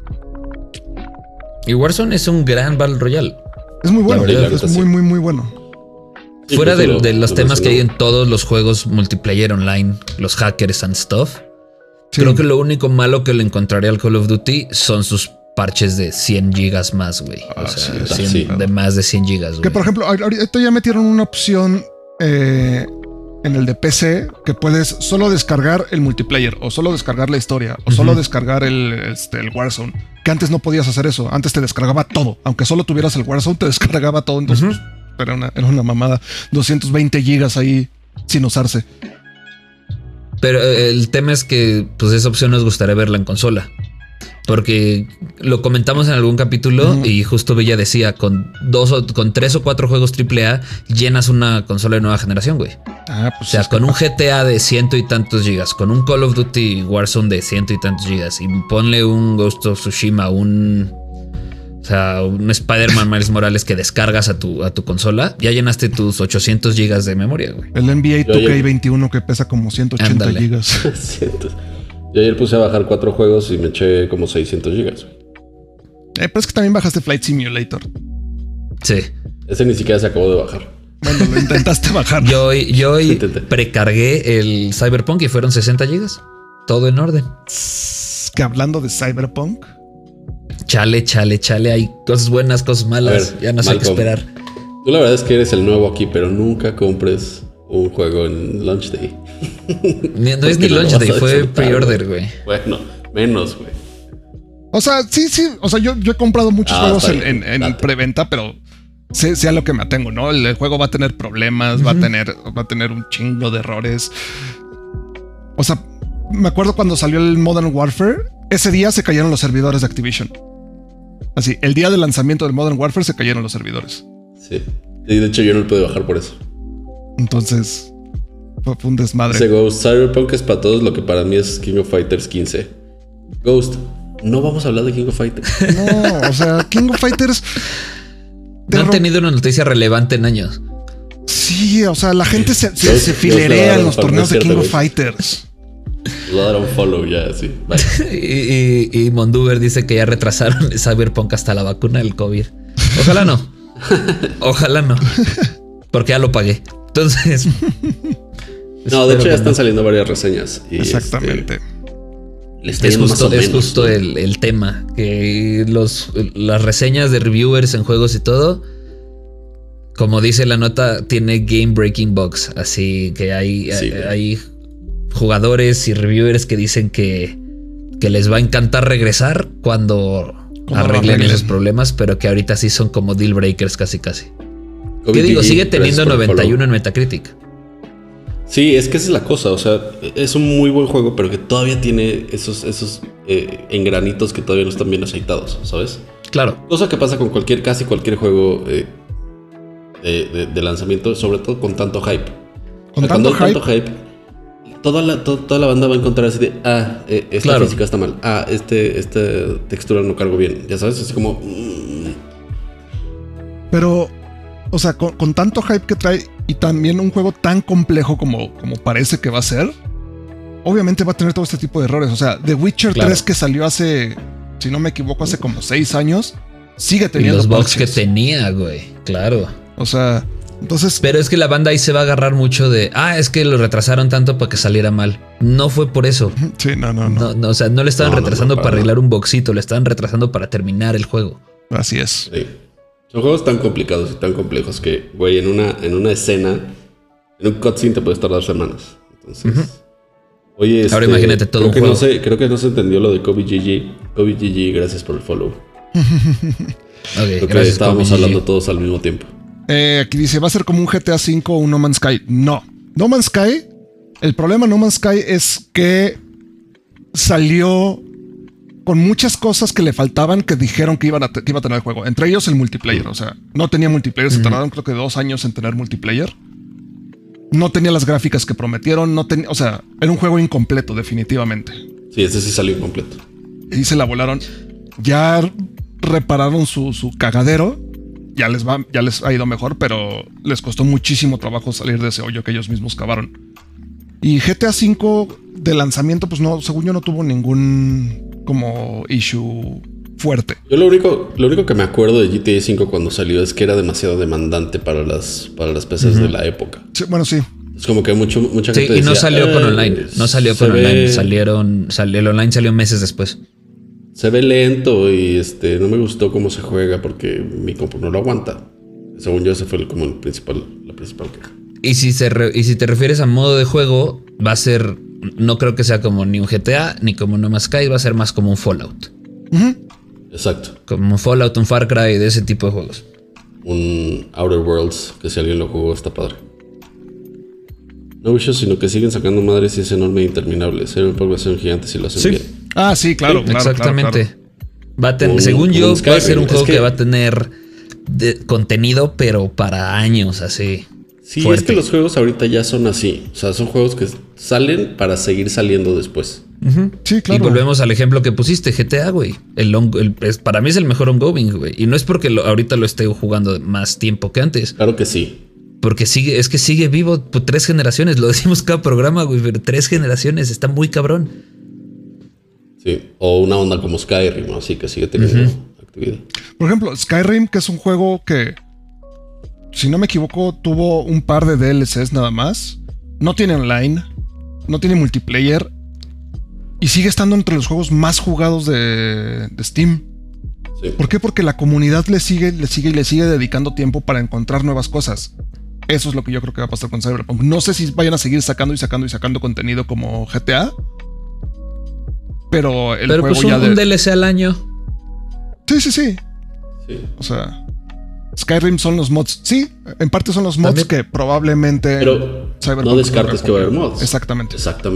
Y Warzone es un gran Battle Royale. Es muy bueno, es muy bueno. Sí, fuera de los temas que hay en todos los juegos multiplayer online, los hackers and stuff, creo que lo único malo que le encontraré al Call of Duty son sus parches de 100 gigas más, güey. O sea, de más de 100 gigas, güey. Que por ejemplo, ahorita ya metieron una opción en el de PC que puedes solo descargar el multiplayer o solo descargar la historia o solo descargar el Warzone. Que antes no podías hacer eso. Antes te descargaba todo. Aunque solo tuvieras el Warzone, te descargaba todo. Entonces, era una mamada. 220 gigas ahí sin usarse. Pero el tema es que pues esa opción nos gustaría verla en consola. Porque lo comentamos en algún capítulo y justo Bella decía, con 3 o 4 juegos AAA llenas una consola de nueva generación, güey. Pues o sea, con un GTA de 100 y tantos gigas, con un Call of Duty Warzone de 100 y tantos gigas y ponle un Ghost of Tsushima, un Spider-Man Miles Morales que descargas a tu gigas, ya llenaste tus 800 gigas de memoria, güey. El NBA 2K21 que pesa como 180 gigas. Yo ayer puse a bajar 4 juegos y me eché como 600 gigas. Pero es que también bajaste Flight Simulator. Sí. Ese ni siquiera se acabó de bajar. Bueno, lo intentaste bajar. Yo hoy precargué el Cyberpunk y fueron 60 gigas. Todo en orden. Que hablando de Cyberpunk. Chale. Hay cosas buenas, cosas malas. Ya no sé qué esperar. Tú la verdad es que eres el nuevo aquí, pero nunca compres un juego en Launch Day. No es ni Launch Day, fue pre-order, güey. Bueno, menos, güey. O sea, sí. O sea, yo he comprado muchos juegos en preventa, pero sé a lo que me atengo, ¿no? El juego va a tener problemas, va a tener un chingo de errores. O sea, me acuerdo cuando salió el Modern Warfare, ese día se cayeron los servidores de Activision. Así, el día del lanzamiento del Modern Warfare se cayeron los servidores. Sí. Y de hecho yo no lo pude bajar por eso. Entonces fue un desmadre. Ese Ghost, Cyberpunk es para todos lo que para mí es King of Fighters 15. Ghost, no vamos a hablar de King of Fighters. No, o sea, King of Fighters no han tenido una noticia relevante en años. Sí, o sea, la gente se filerea en los torneos de King of Fighters. Lo darán follow ya, sí. y Monduber dice que ya retrasaron Cyberpunk hasta la vacuna del COVID. Ojalá no. Ojalá no. Porque ya lo pagué. Entonces. No, de hecho ya están saliendo varias reseñas. Y exactamente. Es justo el tema, que las reseñas de reviewers en juegos y todo, como dice la nota, tiene game breaking bugs, así que hay jugadores y reviewers que dicen que les va a encantar regresar cuando arreglen esos problemas, pero que ahorita sí son como deal breakers casi. ¿Qué digo? Sigue teniendo 91 en Metacritic. Sí, es que esa es la cosa, o sea, es un muy buen juego, pero que todavía tiene esos engranitos que todavía no están bien aceitados, ¿sabes? Claro. Cosa que pasa con casi cualquier juego de lanzamiento, sobre todo con tanto hype. Tanto hype, toda la banda va a encontrar así de, esta física está mal, esta textura no cargo bien, ya sabes, así como... Pero, o sea, con tanto hype que trae y también un juego tan complejo como parece que va a ser, obviamente va a tener todo este tipo de errores. O sea, The Witcher 3 que salió hace, si no me equivoco, hace como 6 años, sigue teniendo los bugs que tenía, güey, claro. O sea, entonces... Pero es que la banda ahí se va a agarrar mucho de, es que lo retrasaron tanto para que saliera mal. No fue por eso. Sí, no. O sea, no le estaban retrasando para arreglar un boxito, le estaban retrasando para terminar el juego. Así es. Sí. Son juegos tan complicados y tan complejos que, güey, en una escena, en un cutscene te puedes tardar semanas. Entonces, oye, ahora imagínate todo un juego. Creo que no se entendió lo de Kobe GG. Kobe GG, gracias por el follow. Creo que estábamos hablando todos al mismo tiempo. Aquí dice, va a ser como un GTA V o un No Man's Sky. No Man's Sky, el problema de No Man's Sky es que salió con muchas cosas que le faltaban, que dijeron que iba a tener el juego. Entre ellos el multiplayer. O sea, no tenía multiplayer. Se tardaron creo que 2 años en tener multiplayer. No tenía las gráficas que prometieron. O sea, era un juego incompleto, definitivamente. Sí, ese sí salió incompleto. Y se la volaron. Ya repararon su cagadero. Ya les ha ido mejor, pero les costó muchísimo trabajo salir de ese hoyo que ellos mismos cavaron. Y GTA V de lanzamiento, pues no, según yo no tuvo ningún como issue fuerte. Yo lo único que me acuerdo de GTA V cuando salió es que era demasiado demandante para las PCs de la época. Sí, bueno, sí. Es como que mucha gente decía... Y no salió con online. No salió con online. El online salió meses después. Se ve lento y no me gustó cómo se juega porque mi compu no lo aguanta. Según yo, ese fue como la principal queja. Y si te refieres a modo de juego, va a ser... No creo que sea como ni un GTA ni como No Man's Sky, va a ser más como un Fallout. Exacto. Como un Fallout, un Far Cry, de ese tipo de juegos. Un Outer Worlds, que si alguien lo jugó está padre. No bichos, sino que siguen sacando madres y es enorme e interminable. Cyberpunk va a ser un gigante si lo hacen bien. Ah, sí, claro. Exactamente. Claro. Va a tener, según yo, va a ser un juego que va a tener contenido, pero para años, así. Sí, fuerte. Es que los juegos ahorita ya son así. O sea, son juegos que salen para seguir saliendo después. Sí, claro. Y volvemos al ejemplo que pusiste, GTA, güey. Para mí es el mejor ongoing, güey. Y no es porque ahorita lo esté jugando más tiempo que antes. Claro que sí. Porque sigue vivo por 3 generaciones. Lo decimos cada programa, güey. Pero 3 generaciones, está muy cabrón. Sí, o una onda como Skyrim, así que sigue teniendo actividad. Por ejemplo, Skyrim, que es un juego que, si no me equivoco, tuvo un par de DLCs nada más. No tiene online, no tiene multiplayer y sigue estando entre los juegos más jugados de Steam. Sí. ¿Por qué? Porque la comunidad le sigue dedicando tiempo para encontrar nuevas cosas. Eso es lo que yo creo que va a pasar con Cyberpunk. No sé si vayan a seguir sacando contenido como GTA. Pero el juego pues ya un DLC al año. Sí. O sea, Skyrim son los mods. Sí, en parte son los mods también, que probablemente... Pero no descartes que va a haber mods. Exactamente.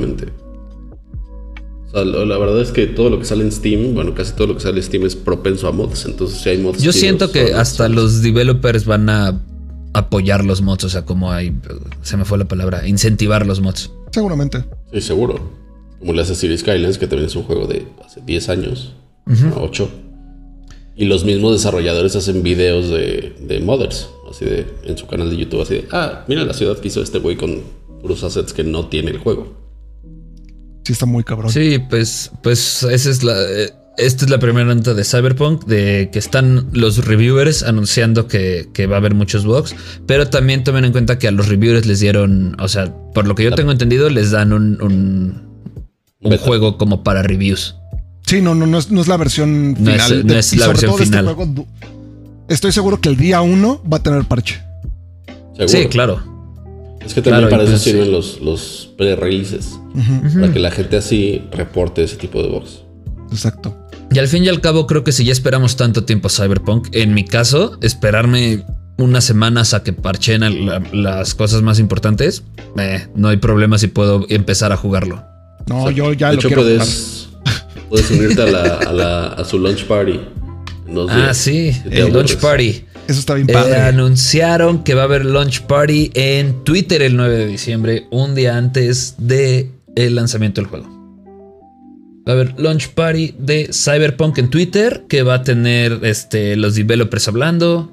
O sea, la verdad es que todo lo que sale en Steam, bueno, casi todo lo que sale en Steam es propenso a mods. Entonces si hay mods... Yo siento que hasta los developers van a apoyar los mods. O sea, como se me fue la palabra, incentivar los mods. Seguramente. Sí, seguro. Como le hace Cities Skylines, que también es un juego de hace 10 años, 8. Y los mismos desarrolladores hacen videos de modders, así de en su canal de YouTube, así de, mira la ciudad que hizo este güey con puros assets que no tiene el juego. Sí, está muy cabrón. Sí, pues esa es esta es la primera nota de Cyberpunk, de que están los reviewers anunciando que va a haber muchos bugs, pero también tomen en cuenta que a los reviewers les dieron, o sea, por lo que yo tengo entendido, les dan un un juego como para reviews. Sí, no es la versión final. No es la versión final. Este juego, estoy seguro que el día 1 va a tener parche. ¿Seguro? Sí, claro. Es que también para eso sirven los pre-releases. Para que la gente así reporte ese tipo de bugs. Exacto. Y al fin y al cabo, creo que si ya esperamos tanto tiempo a Cyberpunk, en mi caso, esperarme unas semanas a que parchen las cosas más importantes, no hay problema si puedo empezar a jugarlo. No, o sea, yo ya de lo hecho, quiero puedes unirte a su launch party. Sí, el launch party. Eso está bien padre. Anunciaron que va a haber launch party en Twitter el 9 de diciembre, un día antes del lanzamiento del juego. Va a haber launch party de Cyberpunk en Twitter, que va a tener los developers hablando.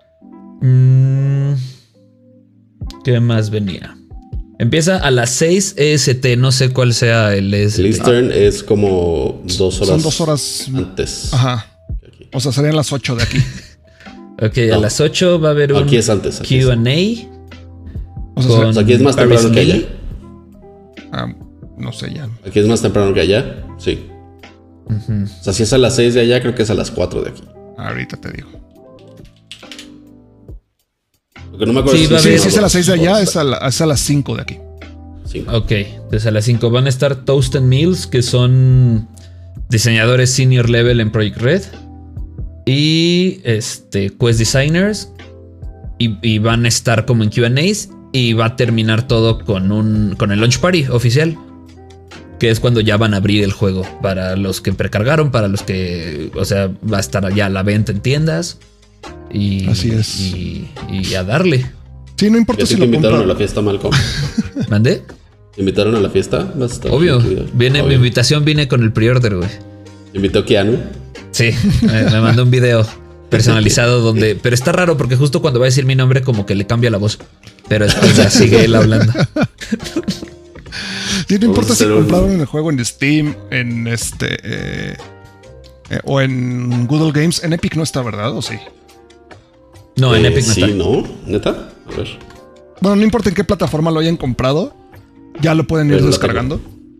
¿Qué más venía? Empieza a las 6 EST, no sé cuál sea el EST. El Eastern es como 2 horas. Son 2 horas antes. Ajá. O sea, serían las 8 de aquí. Ok, no. A las 8 va a haber un aquí es antes, Q&A. O sea, aquí es más temprano que allá. No sé ya. Aquí es más temprano que allá, sí. O sea, si es a las 6 de allá, creo que es a las 4 de aquí. Ahorita te digo. Porque no me acuerdo si es a las 6 de allá, es a las 5 de aquí. Sí. Ok, entonces a las 5 van a estar Toast and Mills, que son diseñadores senior level en Project Red. Y Quest Designers. Y van a estar como en Q&As. Y va a terminar todo con el launch party oficial, que es cuando ya van a abrir el juego para los que precargaron, para los que, o sea, va a estar ya a la venta en tiendas. Y así es. Y a darle. Sí, no importa si te invitaron a la fiesta, Malcolm. ¿Mandé? ¿Te invitaron a la fiesta? Obvio. Mi invitación viene con el pre-order, güey. ¿Te invitó Keanu? Sí, me mandó un video personalizado donde... Pero está raro porque justo cuando va a decir mi nombre como que le cambia la voz. Pero después ya sigue él hablando. Sí, no importa si compraron el juego en Steam, en o en Google Games. En Epic no está, ¿verdad? ¿O sí? No, en Epic no está. Sí, ¿no? ¿Neta? A ver. Bueno, no importa en qué plataforma lo hayan comprado, ya lo pueden ir descargando.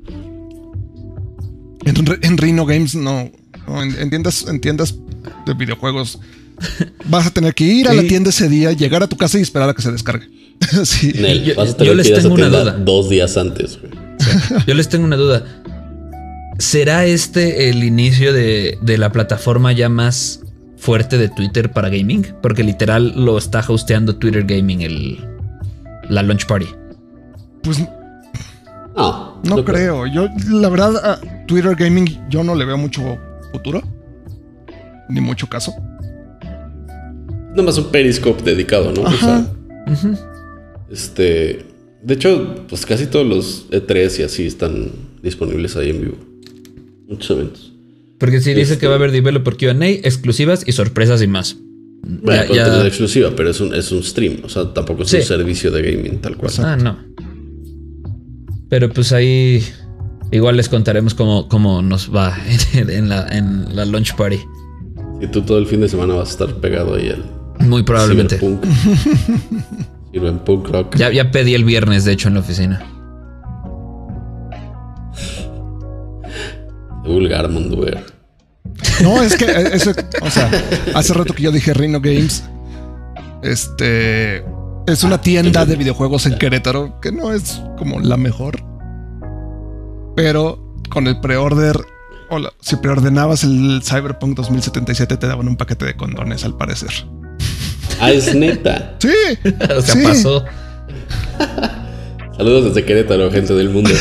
En Rhino Games no. En tiendas de videojuegos vas a tener que ir a la tienda ese día, llegar a tu casa y esperar a que se descargue. Sí. Vas a tener que ir a esa tienda 2 días antes, güey. Sí. Yo les tengo una duda. ¿Será el inicio de la plataforma ya más fuerte de Twitter para gaming? Porque literal lo está hosteando Twitter Gaming la launch party. Pues no creo. Yo, la verdad, a Twitter Gaming yo no le veo mucho futuro. Ni mucho caso. Nada más un Periscope dedicado, ¿no? Ajá. O sea, de hecho, pues casi todos los E3 y así están disponibles ahí en vivo. Muchos eventos. Porque sí dice que va a haber developer Q&A, exclusivas y sorpresas y más. Bueno, ya tener exclusiva, pero es un stream. O sea, tampoco es un servicio de gaming tal cual. No. Pero pues ahí igual les contaremos cómo nos va en la launch party. Y tú todo el fin de semana vas a estar pegado ahí al muy probablemente. Cyberpunk Rock. Ya pedí el viernes, de hecho, en la oficina. Vulgar Munduer. No, es que o sea, hace rato que yo dije Rhino Games. Es una tienda de videojuegos en Querétaro que no es como la mejor. Pero con el pre-order, si preordenabas el Cyberpunk 2077 te daban un paquete de condones, al parecer. Es neta. Sí. O sea, pasó. Saludos desde Querétaro, gente del mundo.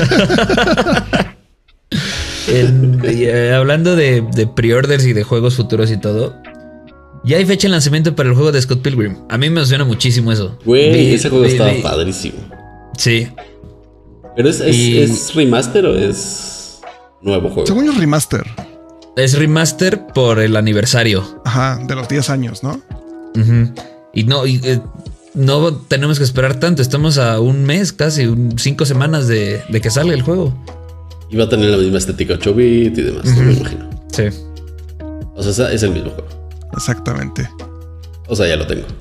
Hablando de pre-orders y de juegos futuros y todo, ya hay fecha de lanzamiento para el juego de Scott Pilgrim. A mí me emociona muchísimo eso. Güey, ese juego estaba padrísimo. Sí. ¿Pero es remaster o es nuevo juego? Según yo es remaster. Es remaster por el aniversario. Ajá, de los 10 años, ¿no? Y no tenemos que esperar tanto. Estamos a un mes, casi 5 semanas de que salga el juego. Y va a tener la misma estética 8-bit y demás, me imagino. Sí. O sea, es el mismo juego. Exactamente. O sea, ya lo tengo.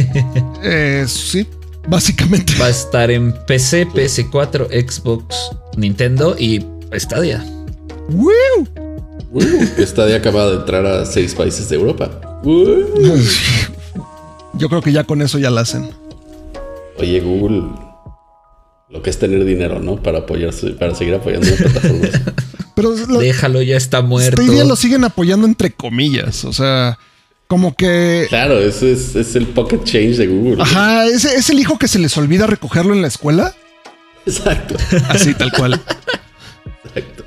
Sí, básicamente. Va a estar en PC, PS4, Xbox Nintendo y Stadia. Stadia acaba de entrar a 6 países de Europa. Yo creo que ya con eso ya la hacen. Oye, Google, lo que es tener dinero, ¿no? Para apoyarse, para seguir apoyando las plataformas. Pero déjalo, ya está muerto. Stadia lo siguen apoyando entre comillas. O sea, como que... Claro, eso es el pocket change de Google. Ajá, es el hijo que se les olvida recogerlo en la escuela. Exacto. Así, tal cual. Exacto.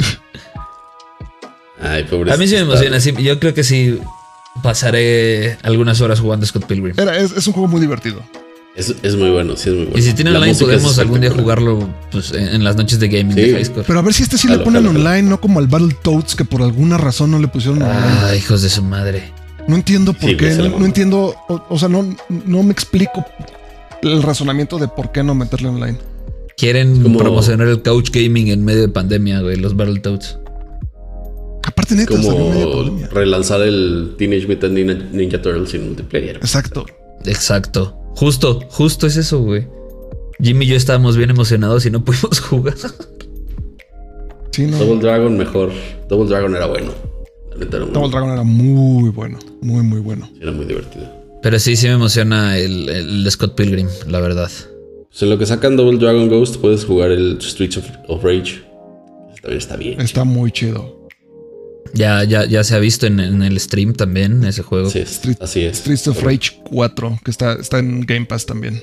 Ay, pobre. A mí sí me emociona. Sí, yo creo que sí pasaré algunas horas jugando Scott Pilgrim. Es un juego muy divertido. Es muy bueno, sí es muy bueno. Y si tienen online podemos algún día jugarlo pues, en las noches de gaming de High Score. Pero a ver si sí le ponen online, no como al Battletoads que por alguna razón no le pusieron online. Hijos de su madre. No entiendo por qué, no entiendo, o sea, no me explico el razonamiento de por qué no meterle online. Quieren promocionar el couch gaming en medio de pandemia, güey, los Battletoads. Aparte neta, como salió en medio de pandemia. Relanzar el Teenage Mutant Ninja Turtles en multiplayer. Exacto. Justo es eso, güey. Jimmy y yo estábamos bien emocionados y no pudimos jugar. Sí, no. Double Dragon mejor. Double Dragon era bueno. Double Dragon era muy bueno. Muy bueno. Era muy divertido. Pero sí me emociona el Scott Pilgrim, la verdad. Pues en lo que sacan Double Dragon Ghost puedes jugar el Streets of Rage. También está bien. Está muy chido. Ya se ha visto en el stream también ese juego. Sí, así es. Streets of Rage 4, que está en Game Pass también.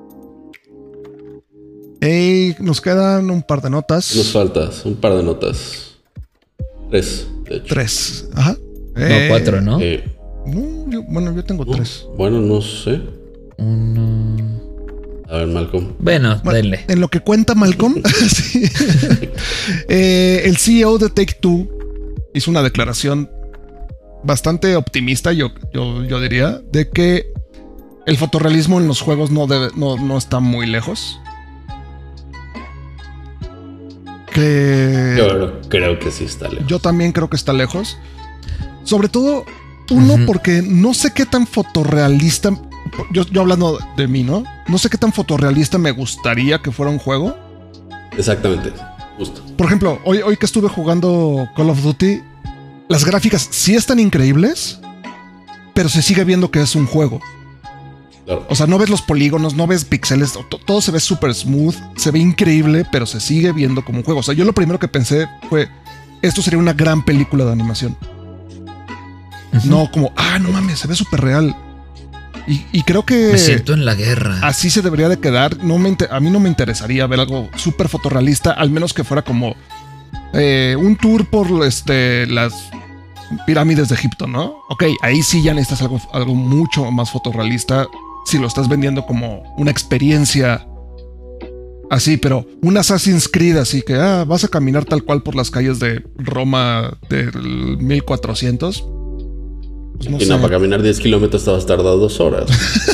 Nos quedan un par de notas. Nos faltas un par de notas. 3, de hecho. 3, ajá. No, 4, ¿no? Yo tengo 3. Bueno, no sé. 1. A ver, Malcolm. Bueno, denle. En lo que cuenta Malcolm, sí. El CEO de Take-Two hizo una declaración bastante optimista, yo diría, de que el fotorrealismo en los juegos no está muy lejos. Yo creo que sí está lejos. Yo también creo que está lejos. Sobre todo, porque no sé qué tan fotorrealista. Yo hablando de mí, ¿no? No sé qué tan fotorrealista me gustaría que fuera un juego. Exactamente, justo. Por ejemplo, hoy que estuve jugando Call of Duty, las gráficas sí están increíbles, pero se sigue viendo que es un juego. Claro. O sea, no ves los polígonos, no ves píxeles, todo se ve súper smooth, se ve increíble, pero se sigue viendo como un juego. O sea, yo lo primero que pensé fue, esto sería una gran película de animación. No como, no mames, se ve súper real. Y creo que... Me siento en la guerra. Así se debería de quedar. A mí no me interesaría ver algo súper fotorrealista, al menos que fuera como un tour por las pirámides de Egipto, ¿no? Ok, ahí sí ya necesitas algo mucho más fotorrealista si lo estás vendiendo como una experiencia así, pero un Assassin's Creed así que vas a caminar tal cual por las calles de Roma del 1400. Pues no sé. Para caminar 10 kilómetros te vas a tardar 2 horas.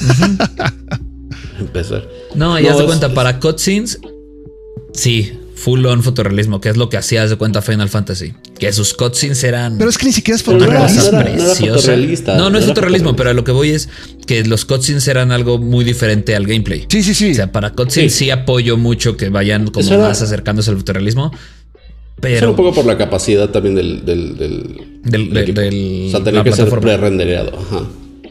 Empezar. No, ya se cuenta, para cutscenes, sí, full on fotorrealismo, que es lo que hacías de cuenta Final Fantasy. Que sus cutscenes eran... Pero es que ni siquiera es fotorrealista. No es fotorrealismo, pero a lo que voy es que los cutscenes eran algo muy diferente al gameplay. Sí. O sea, para cutscenes sí apoyo mucho que vayan como más acercándose al fotorrealismo. Pero... Eso un poco por la capacidad también del o sea, tenía que ser pre-rendereado. Ajá.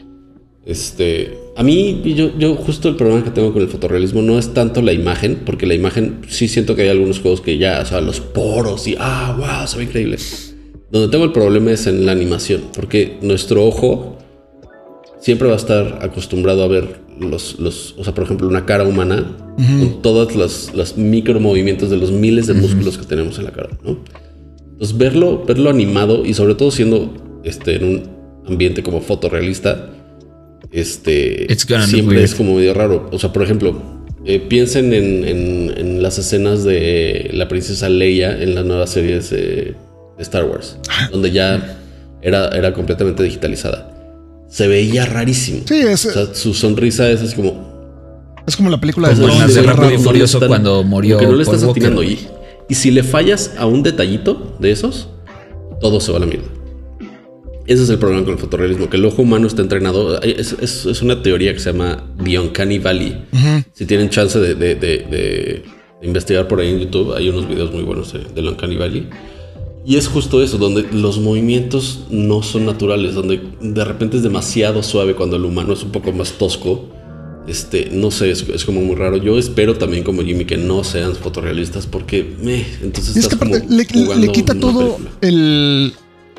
A mí, yo justo el problema que tengo con el fotorrealismo no es tanto la imagen, porque la imagen sí siento que hay algunos juegos que ya, o sea, los poros y wow, se ve increíble. Donde tengo el problema es en la animación, porque nuestro ojo siempre va a estar acostumbrado a ver o sea, por ejemplo, una cara humana con todos los micro movimientos de los miles de músculos que tenemos en la cara, ¿no? Entonces, verlo animado y sobre todo siendo en un ambiente como fotorrealista, siempre es como medio raro. O sea, por ejemplo, piensen en las escenas de la princesa Leia en las nuevas series de Star Wars, donde ya era completamente digitalizada. Se veía rarísimo. Sí, o sea, su sonrisa es así como... Es como la película de Rápido y Furioso cuando murió. Que no le estás atinando. Y si le fallas a un detallito de esos, todo se va a la mierda. Ese es el problema con el fotorrealismo, que el ojo humano está entrenado. Es una teoría que se llama The Uncanny Valley. Si tienen chance de investigar por ahí en YouTube. Hay unos videos muy buenos de Uncanny Valley. Y es justo eso, donde los movimientos no son naturales, donde de repente es demasiado suave cuando el humano es un poco más tosco. No sé, es como muy raro. Yo espero también, como Jimmy, que no sean fotorrealistas, porque entonces es que aparte le quita todo el...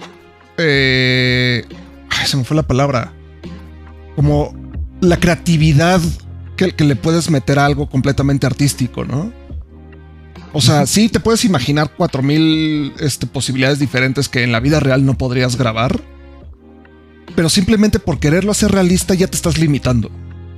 se me fue la palabra. Como la creatividad que le puedes meter a algo completamente artístico, ¿no? O sea, sí te puedes imaginar 4000 posibilidades diferentes que en la vida real no podrías grabar, pero simplemente por quererlo hacer realista ya te estás limitando.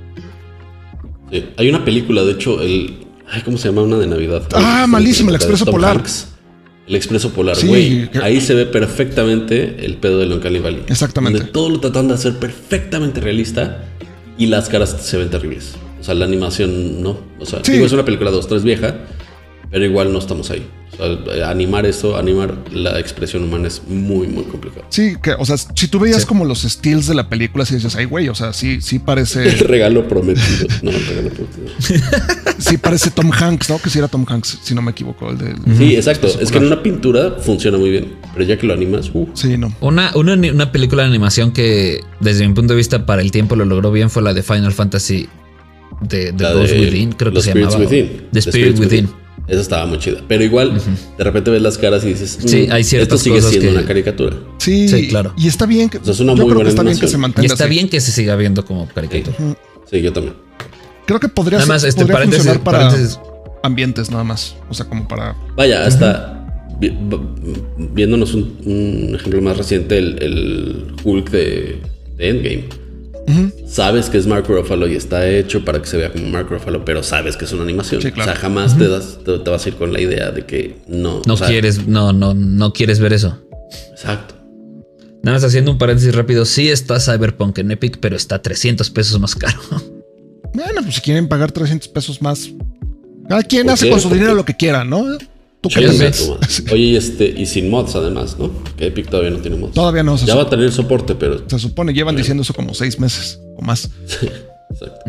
Sí, hay una película, de hecho, ¿cómo se llama? Una de Navidad. Malísimo, El Expreso Polar. Hanks. El Expreso Polar, güey. Sí, ahí se ve perfectamente el pedo de Uncanny Valley. Exactamente. Donde todo lo tratan de hacer perfectamente realista y las caras se ven terribles. O sea, la animación no. O sea, sí. Es una película 2-3 vieja, pero igual no estamos ahí. O sea, animar la expresión humana es muy, muy complicado. Sí, o sea, si tú veías como los stills de la película, si dices, ay, güey, o sea, sí parece... El regalo prometido. No, el regalo prometido. Sí parece Tom Hanks, ¿no? Que sí era Tom Hanks, si no me equivoco. Sí, exacto. Es que en una pintura funciona muy bien, pero ya que lo animas... Sí, no. Una película de animación que, desde mi punto de vista, para el tiempo lo logró bien fue la de Final Fantasy de Ghost Within, creo que se llamaba. The Spirit Within. Esa estaba muy chida. Pero igual, de repente ves las caras y dices, sí, hay ciertas esto sigue siendo una caricatura. Sí, claro. Y está bien que, o sea, es una muy buena está bien que se mantenga. Y está bien que se siga viendo como caricatura. Sí, yo también. Creo que podría funcionar para ambientes nada más. O sea, como para... Vaya, hasta viéndonos un ejemplo más reciente, el Hulk de Endgame. Sabes que es Mark Ruffalo y está hecho para que se vea como Mark Ruffalo, pero sabes que es una animación. Sí, claro. O sea, jamás te vas a ir con la idea de que no quieres ver eso. Exacto. Nada más haciendo un paréntesis rápido. Sí está Cyberpunk en Epic, pero está $300 más caro. Bueno, pues si quieren pagar $300 más, cada quien hace con su dinero lo que quiera, ¿no? ¿Tú qué ves? Oye, y sin mods además, ¿no? Que Epic todavía no tiene mods. Todavía no. Ya va a tener soporte, pero... Se supone, llevan diciendo eso como 6 meses o más. Sí, exacto.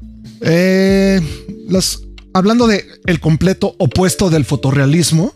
Hablando de el completo opuesto del fotorrealismo,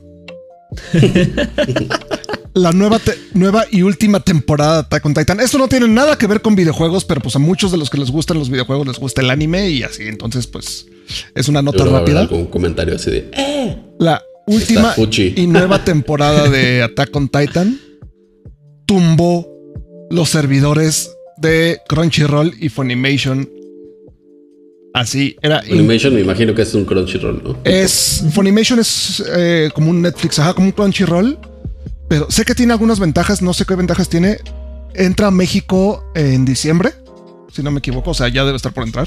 la nueva y última temporada de Attack on Titan. Esto no tiene nada que ver con videojuegos, pero pues a muchos de los que les gustan los videojuegos les gusta el anime y así. Entonces, pues es una nota rápida. Algún comentario así de... La última y nueva temporada de Attack on Titan tumbó los servidores de Crunchyroll y Funimation. Así era. Funimation me imagino que es un Crunchyroll, ¿no? Funimation es como un Netflix, como un Crunchyroll. Pero sé que tiene algunas ventajas, no sé qué ventajas tiene. Entra a México en diciembre, si no me equivoco, o sea, ya debe estar por entrar.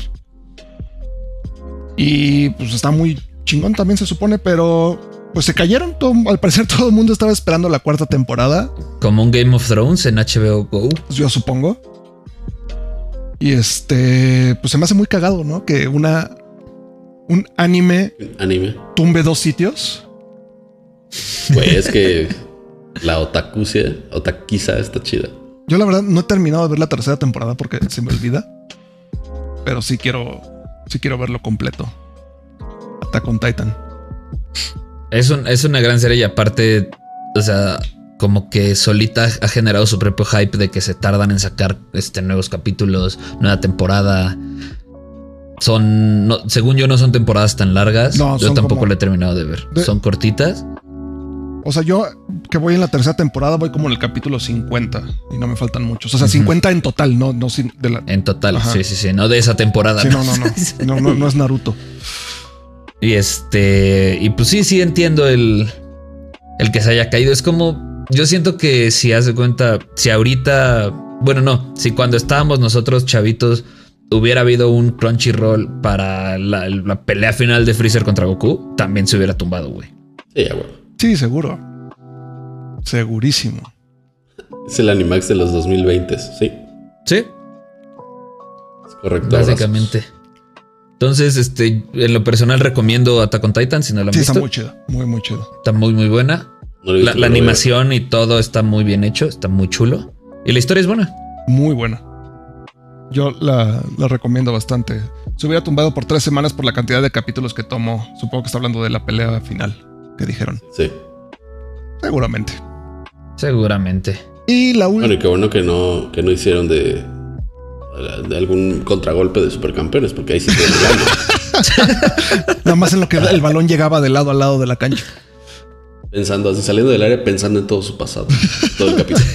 Y pues está muy chingón también se supone, pero pues se cayeron. Al parecer todo el mundo estaba esperando la 4ª temporada. Como un Game of Thrones en HBO Go. Pues yo supongo. Y pues se me hace muy cagado, ¿no? Que un anime tumbe 2 sitios. Pues es que la otaquiza está chida. Yo la verdad no he terminado de ver la 3ª temporada porque se me olvida. Pero sí quiero verlo completo. Attack on Titan. Es una gran serie y aparte, o sea, como que solita ha generado su propio hype de que se tardan en sacar nuevos capítulos, nueva temporada. Según yo, no son temporadas tan largas. No, yo tampoco lo he terminado de ver. Son cortitas. O sea, yo que voy en la 3ª temporada voy como en el capítulo 50 y no me faltan muchos. O sea, 50 en total, no de la... En total, sí, no de esa temporada. Sí, no es Naruto. Y y pues sí entiendo el que se haya caído. Es como, yo siento que si hace cuenta, si ahorita, si cuando estábamos nosotros chavitos hubiera habido un Crunchyroll para la pelea final de Freezer contra Goku, también se hubiera tumbado, güey. Sí, ya, güey. Sí, seguro. Segurísimo. Es el Animax de los 2020, sí. Sí. Es correcto. Básicamente. Abrazos. Entonces, en lo personal recomiendo Attack on Titan si no lo han visto. Sí, está muy chido, muy, muy chido. Está muy, muy buena. No la animación y todo está muy bien hecho, está muy chulo. Y la historia es buena. Muy buena. Yo la recomiendo bastante. se hubiera tumbado por 3 semanas por la cantidad de capítulos que tomó. Supongo que está hablando de la pelea final que dijeron. Sí. Seguramente. Y la última. Bueno, y qué bueno que no hicieron de algún contragolpe de supercampeones, porque ahí sí te Nada más en lo que el balón llegaba de lado a lado de la cancha. Pensando así, saliendo del área, pensando en todo su pasado. Todo el capítulo.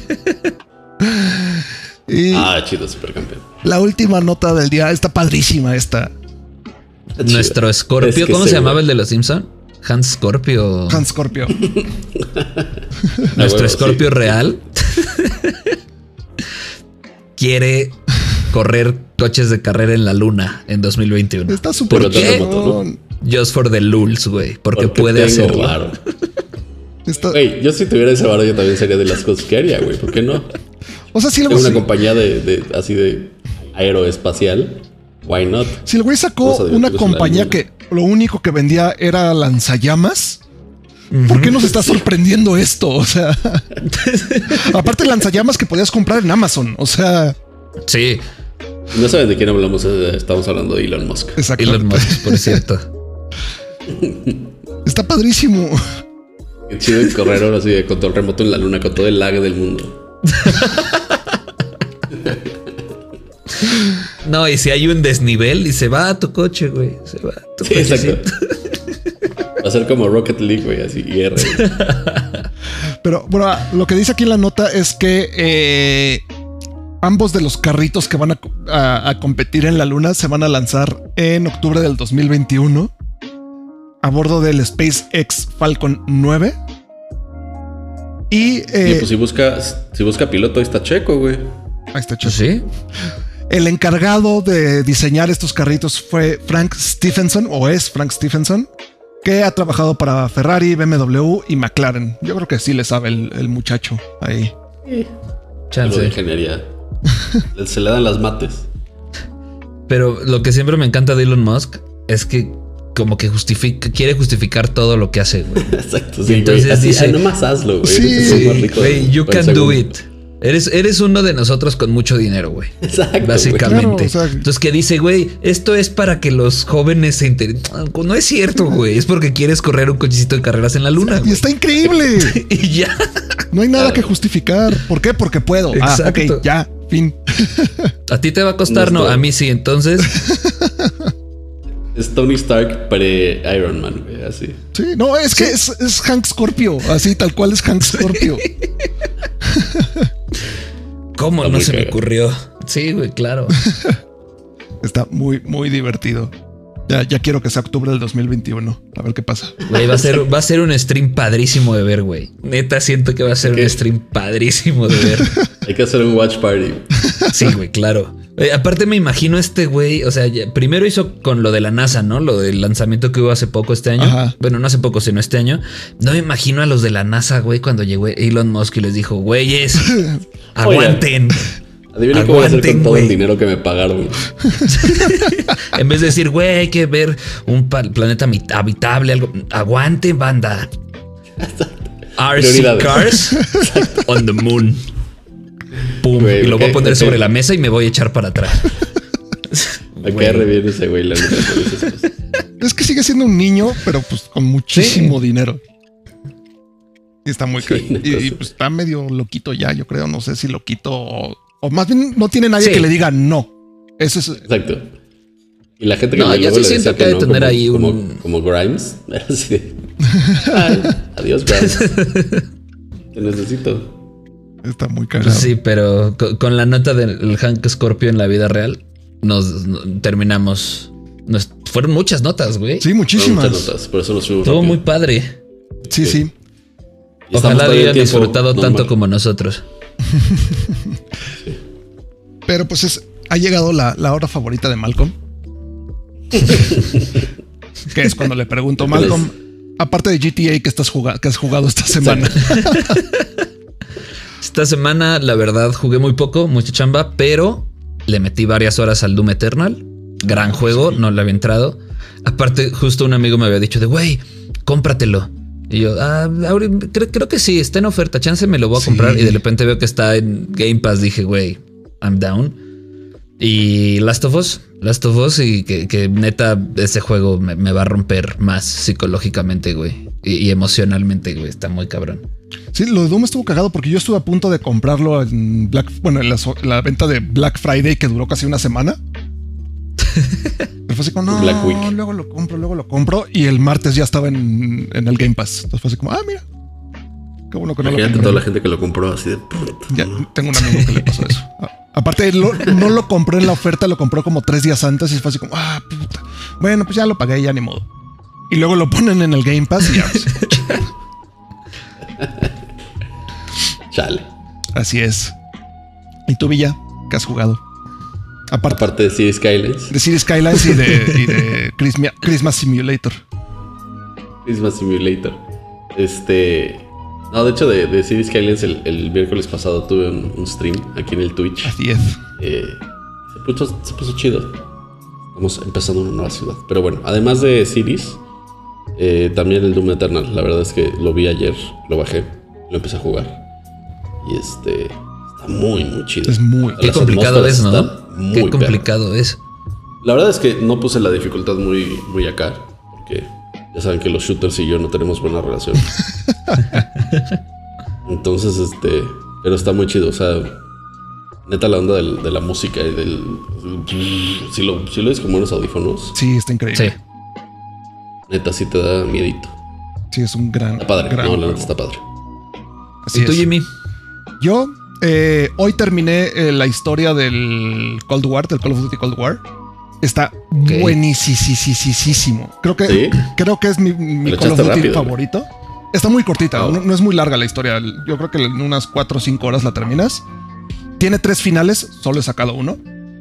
Chido, supercampeón. La última nota del día está padrísima esta. Nuestro Scorpio, ¿cómo se llamaba el de los Simpsons? Hans Scorpio. Nuestro Scorpio real quiere correr coches de carrera en la luna en 2021. Está súper chido. Just for the lulz, güey. Porque puede hacerlo. Varo. Güey, yo si tuviera ese varo, yo también sería de las cosas que haría, güey. ¿Por qué no? O sea, si tengo una compañía así de aeroespacial. Why not? Si el güey sacó una compañía que lo único que vendía era lanzallamas, ¿por qué nos está sorprendiendo esto? O sea, aparte lanzallamas que podías comprar en Amazon. O sea, sí. No saben de quién hablamos. Estamos hablando de Elon Musk. Exacto. Elon Musk, por cierto. Está padrísimo. Qué chido es correr ahora así de control remoto en la luna con todo el lag del mundo. No, y si hay un desnivel y se va a tu coche, güey. Se va a tu coche. Exacto. Va a ser como Rocket League, güey, así guerra. Pero bueno, lo que dice aquí en la nota es que ambos de los carritos que van a competir en la luna se van a lanzar en octubre del 2021 a bordo del SpaceX Falcon 9. Y pues si busca piloto, ahí está Checo, güey. Ahí está Checo. Sí. El encargado de diseñar estos carritos fue Frank Stephenson, o es Frank Stephenson, que ha trabajado para Ferrari, BMW y McLaren. Yo creo que sí le sabe el muchacho ahí. Chance. De ingeniería. Se le dan las mates. Pero lo que siempre me encanta de Elon Musk es que como que quiere justificar todo lo que hace, güey. Exacto, sí, entonces güey. dice, nomás hazlo, güey. Sí, güey, you can do it. Eres uno de nosotros con mucho dinero, güey. Exacto. Básicamente. Claro, entonces, que dice, güey, esto es para que los jóvenes se interesen. No es cierto, güey. Es porque quieres correr un cochecito de carreras en la luna. Y está increíble. Y ya. No hay nada que justificar. ¿Por qué? Porque puedo. Exacto. Ok, ya, fin. A ti te va a costar, no, a mí sí. Entonces. Es Tony Stark pre-Iron Man, güey, así. Sí, no, es que es Hank Scorpio. Así, tal cual es Hank Scorpio. ¿Cómo no se me ocurrió? Sí, güey, claro. Está muy, muy divertido. Ya quiero que sea octubre del 2021. A ver qué pasa. Güey, va a ser un stream padrísimo de ver, güey. Neta, siento que va a ser un stream padrísimo de ver. Hay que hacer un watch party. Sí, güey, claro. Aparte me imagino este güey, o sea, primero hizo con lo de la NASA, ¿no? Lo del lanzamiento que hubo hace poco este año. Ajá. Bueno, no hace poco, sino este año. No me imagino a los de la NASA, güey, cuando llegó Elon Musk y les dijo, güeyes, aguanten. Adivinen qué voy a hacer con todo el dinero que me pagaron. En vez de decir, güey, hay que ver un planeta habitable, algo. Aguanten, banda. RC Cars on the moon. Pum, güey, y lo voy a poner sobre la mesa y me voy a echar para atrás. Me cae re bien ese güey, la neta. Es que sigue siendo un niño, pero pues con muchísimo dinero. Y está muy y pues está medio loquito ya, yo creo. No sé si loquito o más bien no tiene nadie que le diga no. Eso es. Exacto. Y la gente que no, yo sí siento que debe tener ahí como Grimes. Así de, adiós, Grimes. Te necesito. Está muy cagado. Sí, pero con la nota del Hank Scorpio en la vida real, nos terminamos. Fueron muchas notas, güey. Sí, muchísimas. Muchas notas, por eso nos fuimos. Estuvo muy padre. Sí. Ojalá lo hayan disfrutado tanto como nosotros. Sí. Pero pues ha llegado la hora favorita de Malcolm. Que es cuando le pregunto, Malcolm, aparte de GTA, ¿qué has jugado esta semana? Esta semana, la verdad, jugué muy poco, mucha chamba, pero le metí varias horas al Doom Eternal. Gran juego, no le había entrado. Aparte, justo un amigo me había dicho de, güey, cómpratelo. Y yo, creo que sí, está en oferta, chance me lo voy a comprar. Y de repente veo que está en Game Pass, dije, güey, I'm down. Y Last of Us y que neta ese juego me va a romper más psicológicamente, güey. Y emocionalmente, güey. Está muy cabrón. Sí, lo de Doom estuvo cagado porque yo estuve a punto de comprarlo en en la venta de Black Friday que duró casi una semana. Pero fue así como, no, Black Week. luego lo compro. Y el martes ya estaba en el Game Pass. Entonces fue así como, mira. Qué bueno que no lo compré. Imagínate toda la gente que lo compró así de... Ya, tengo un amigo que le pasó eso. Aparte, no lo compró en la oferta, lo compró como 3 días antes y fue así como, puta. Bueno, pues ya lo pagué, ya ni modo. Y luego lo ponen en el Game Pass y ya. Chale. Así es. ¿Y tú, Villa? ¿Qué has jugado? Aparte de Cities Skylines. De Cities Skylines y de Christmas Simulator. Christmas Simulator. No, de hecho, de Cities Skylines el miércoles pasado tuve un stream aquí en el Twitch. Así es. Se puso chido. Estamos empezando una nueva ciudad. Pero bueno, además de Cities, también el Doom Eternal. La verdad es que lo vi ayer, lo bajé, lo empecé a jugar. Y está muy, muy chido. Es muy... Qué complicado es, ¿no? Qué complicado es. La verdad es que no puse la dificultad muy, muy acá, porque ya saben que los shooters y yo no tenemos buena relación. Entonces, pero está muy chido. O sea, neta la onda de la música y del... Si lo ves con buenos audífonos. Sí, está increíble. Sí. Neta, sí te da miedito. Sí, es un gran... Está padre. gran No, la juego. neta está padre. Así ¿Y tú, es. Jimmy? Yo hoy terminé la historia del Cold War, del Call of Duty Cold War. Está buenísimo. Creo que es mi Call of Duty rápido, favorito. Está muy cortita, no es muy larga la historia. Yo creo que en unas 4 o 5 horas la terminas. Tiene 3 finales, solo he sacado uno.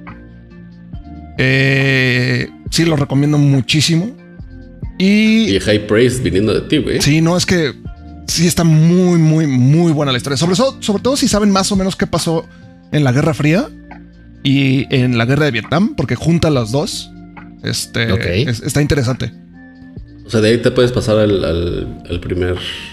Sí, lo recomiendo muchísimo. Y high praise viniendo de ti, güey. Sí, no, es que sí está muy, muy, muy buena la historia. Sobre todo si saben más o menos qué pasó en la Guerra Fría y en la Guerra de Vietnam, porque junta las dos. Está interesante. O sea, de ahí te puedes pasar al primer...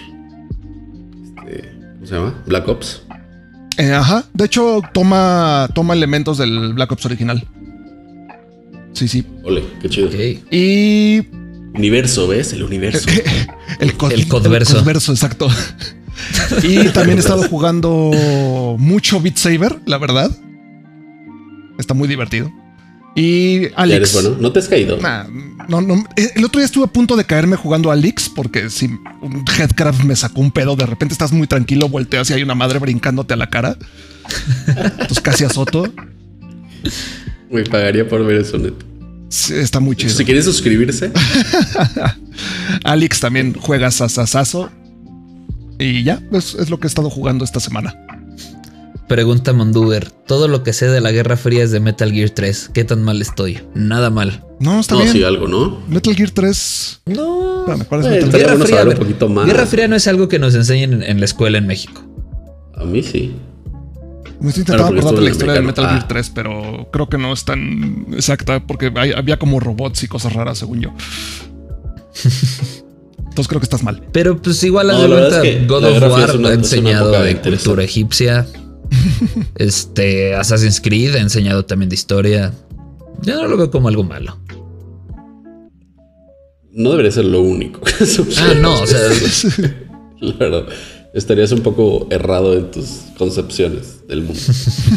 ¿cómo se llama? Black Ops. Ajá. De hecho, toma elementos del Black Ops original. Sí. Ole, qué chido. Okay. Y... Universo, ¿ves? El universo. El codverso. El codverso, exacto. Y también he estado jugando mucho Beat Saber, la verdad. Está muy divertido. Y Alex. ¿Ya eres bueno? ¿No te has caído? No. El otro día estuve a punto de caerme jugando Alex porque si un Headcraft me sacó un pedo, de repente estás muy tranquilo, volteas y hay una madre brincándote a la cara. Entonces casi azoto. Me pagaría por ver eso, neto. Sí, está muy chido. Si quieren suscribirse. Alex también juega sasasazo. Y ya, es lo que he estado jugando esta semana. Pregunta Monduber. Todo lo que sé de la Guerra Fría es de Metal Gear 3. ¿Qué tan mal estoy? Nada mal. No, está bien. Sí, algo, ¿no? Metal Gear 3. No. Espérame, ¿cuál es Metal Gear? Guerra Fría, un poquito más. Guerra Fría no es algo que nos enseñen en la escuela en México. A mí sí. Me estoy intentando acordar de la historia del americano. Metal Gear 3, pero creo que no es tan exacta porque había como robots y cosas raras, según yo. Entonces creo que estás mal. Pero pues igual No, haz de la verdad cuenta, es que God la of Guerra Fría War es una ha enseñado época de interesante. cultura egipcia. Assassin's Creed ha enseñado también de historia. Yo no lo veo como algo malo. No debería ser lo único. No, o sea, La verdad, estarías un poco errado en tus concepciones del mundo.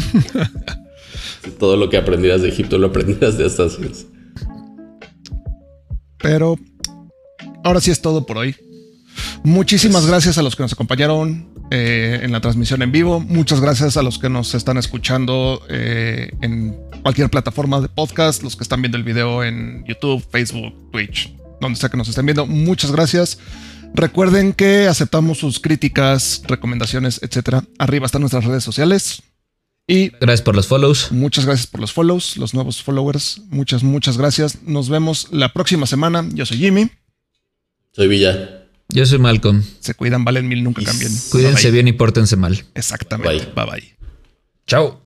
Si todo lo que aprendieras de Egipto lo aprendieras de Assassin's. Pero ahora sí es todo por hoy. Muchísimas gracias a los que nos acompañaron en la transmisión en vivo. Muchas gracias a los que nos están escuchando en cualquier plataforma de podcast, los que están viendo el video en YouTube, Facebook, Twitch, donde sea que nos estén viendo. Muchas gracias. Recuerden que aceptamos sus críticas, recomendaciones, etcétera. Arriba están nuestras redes sociales. Y gracias por los follows. muchas gracias por los follows, los nuevos followers. Muchas gracias. Nos vemos la próxima semana. Yo soy Jimmy. Soy Villa. Yo soy Malcolm. Se cuidan, valen 1000, nunca cambien. Cuídense Bye, bye. bien y pórtense mal. Exactamente. Bye bye. Chao.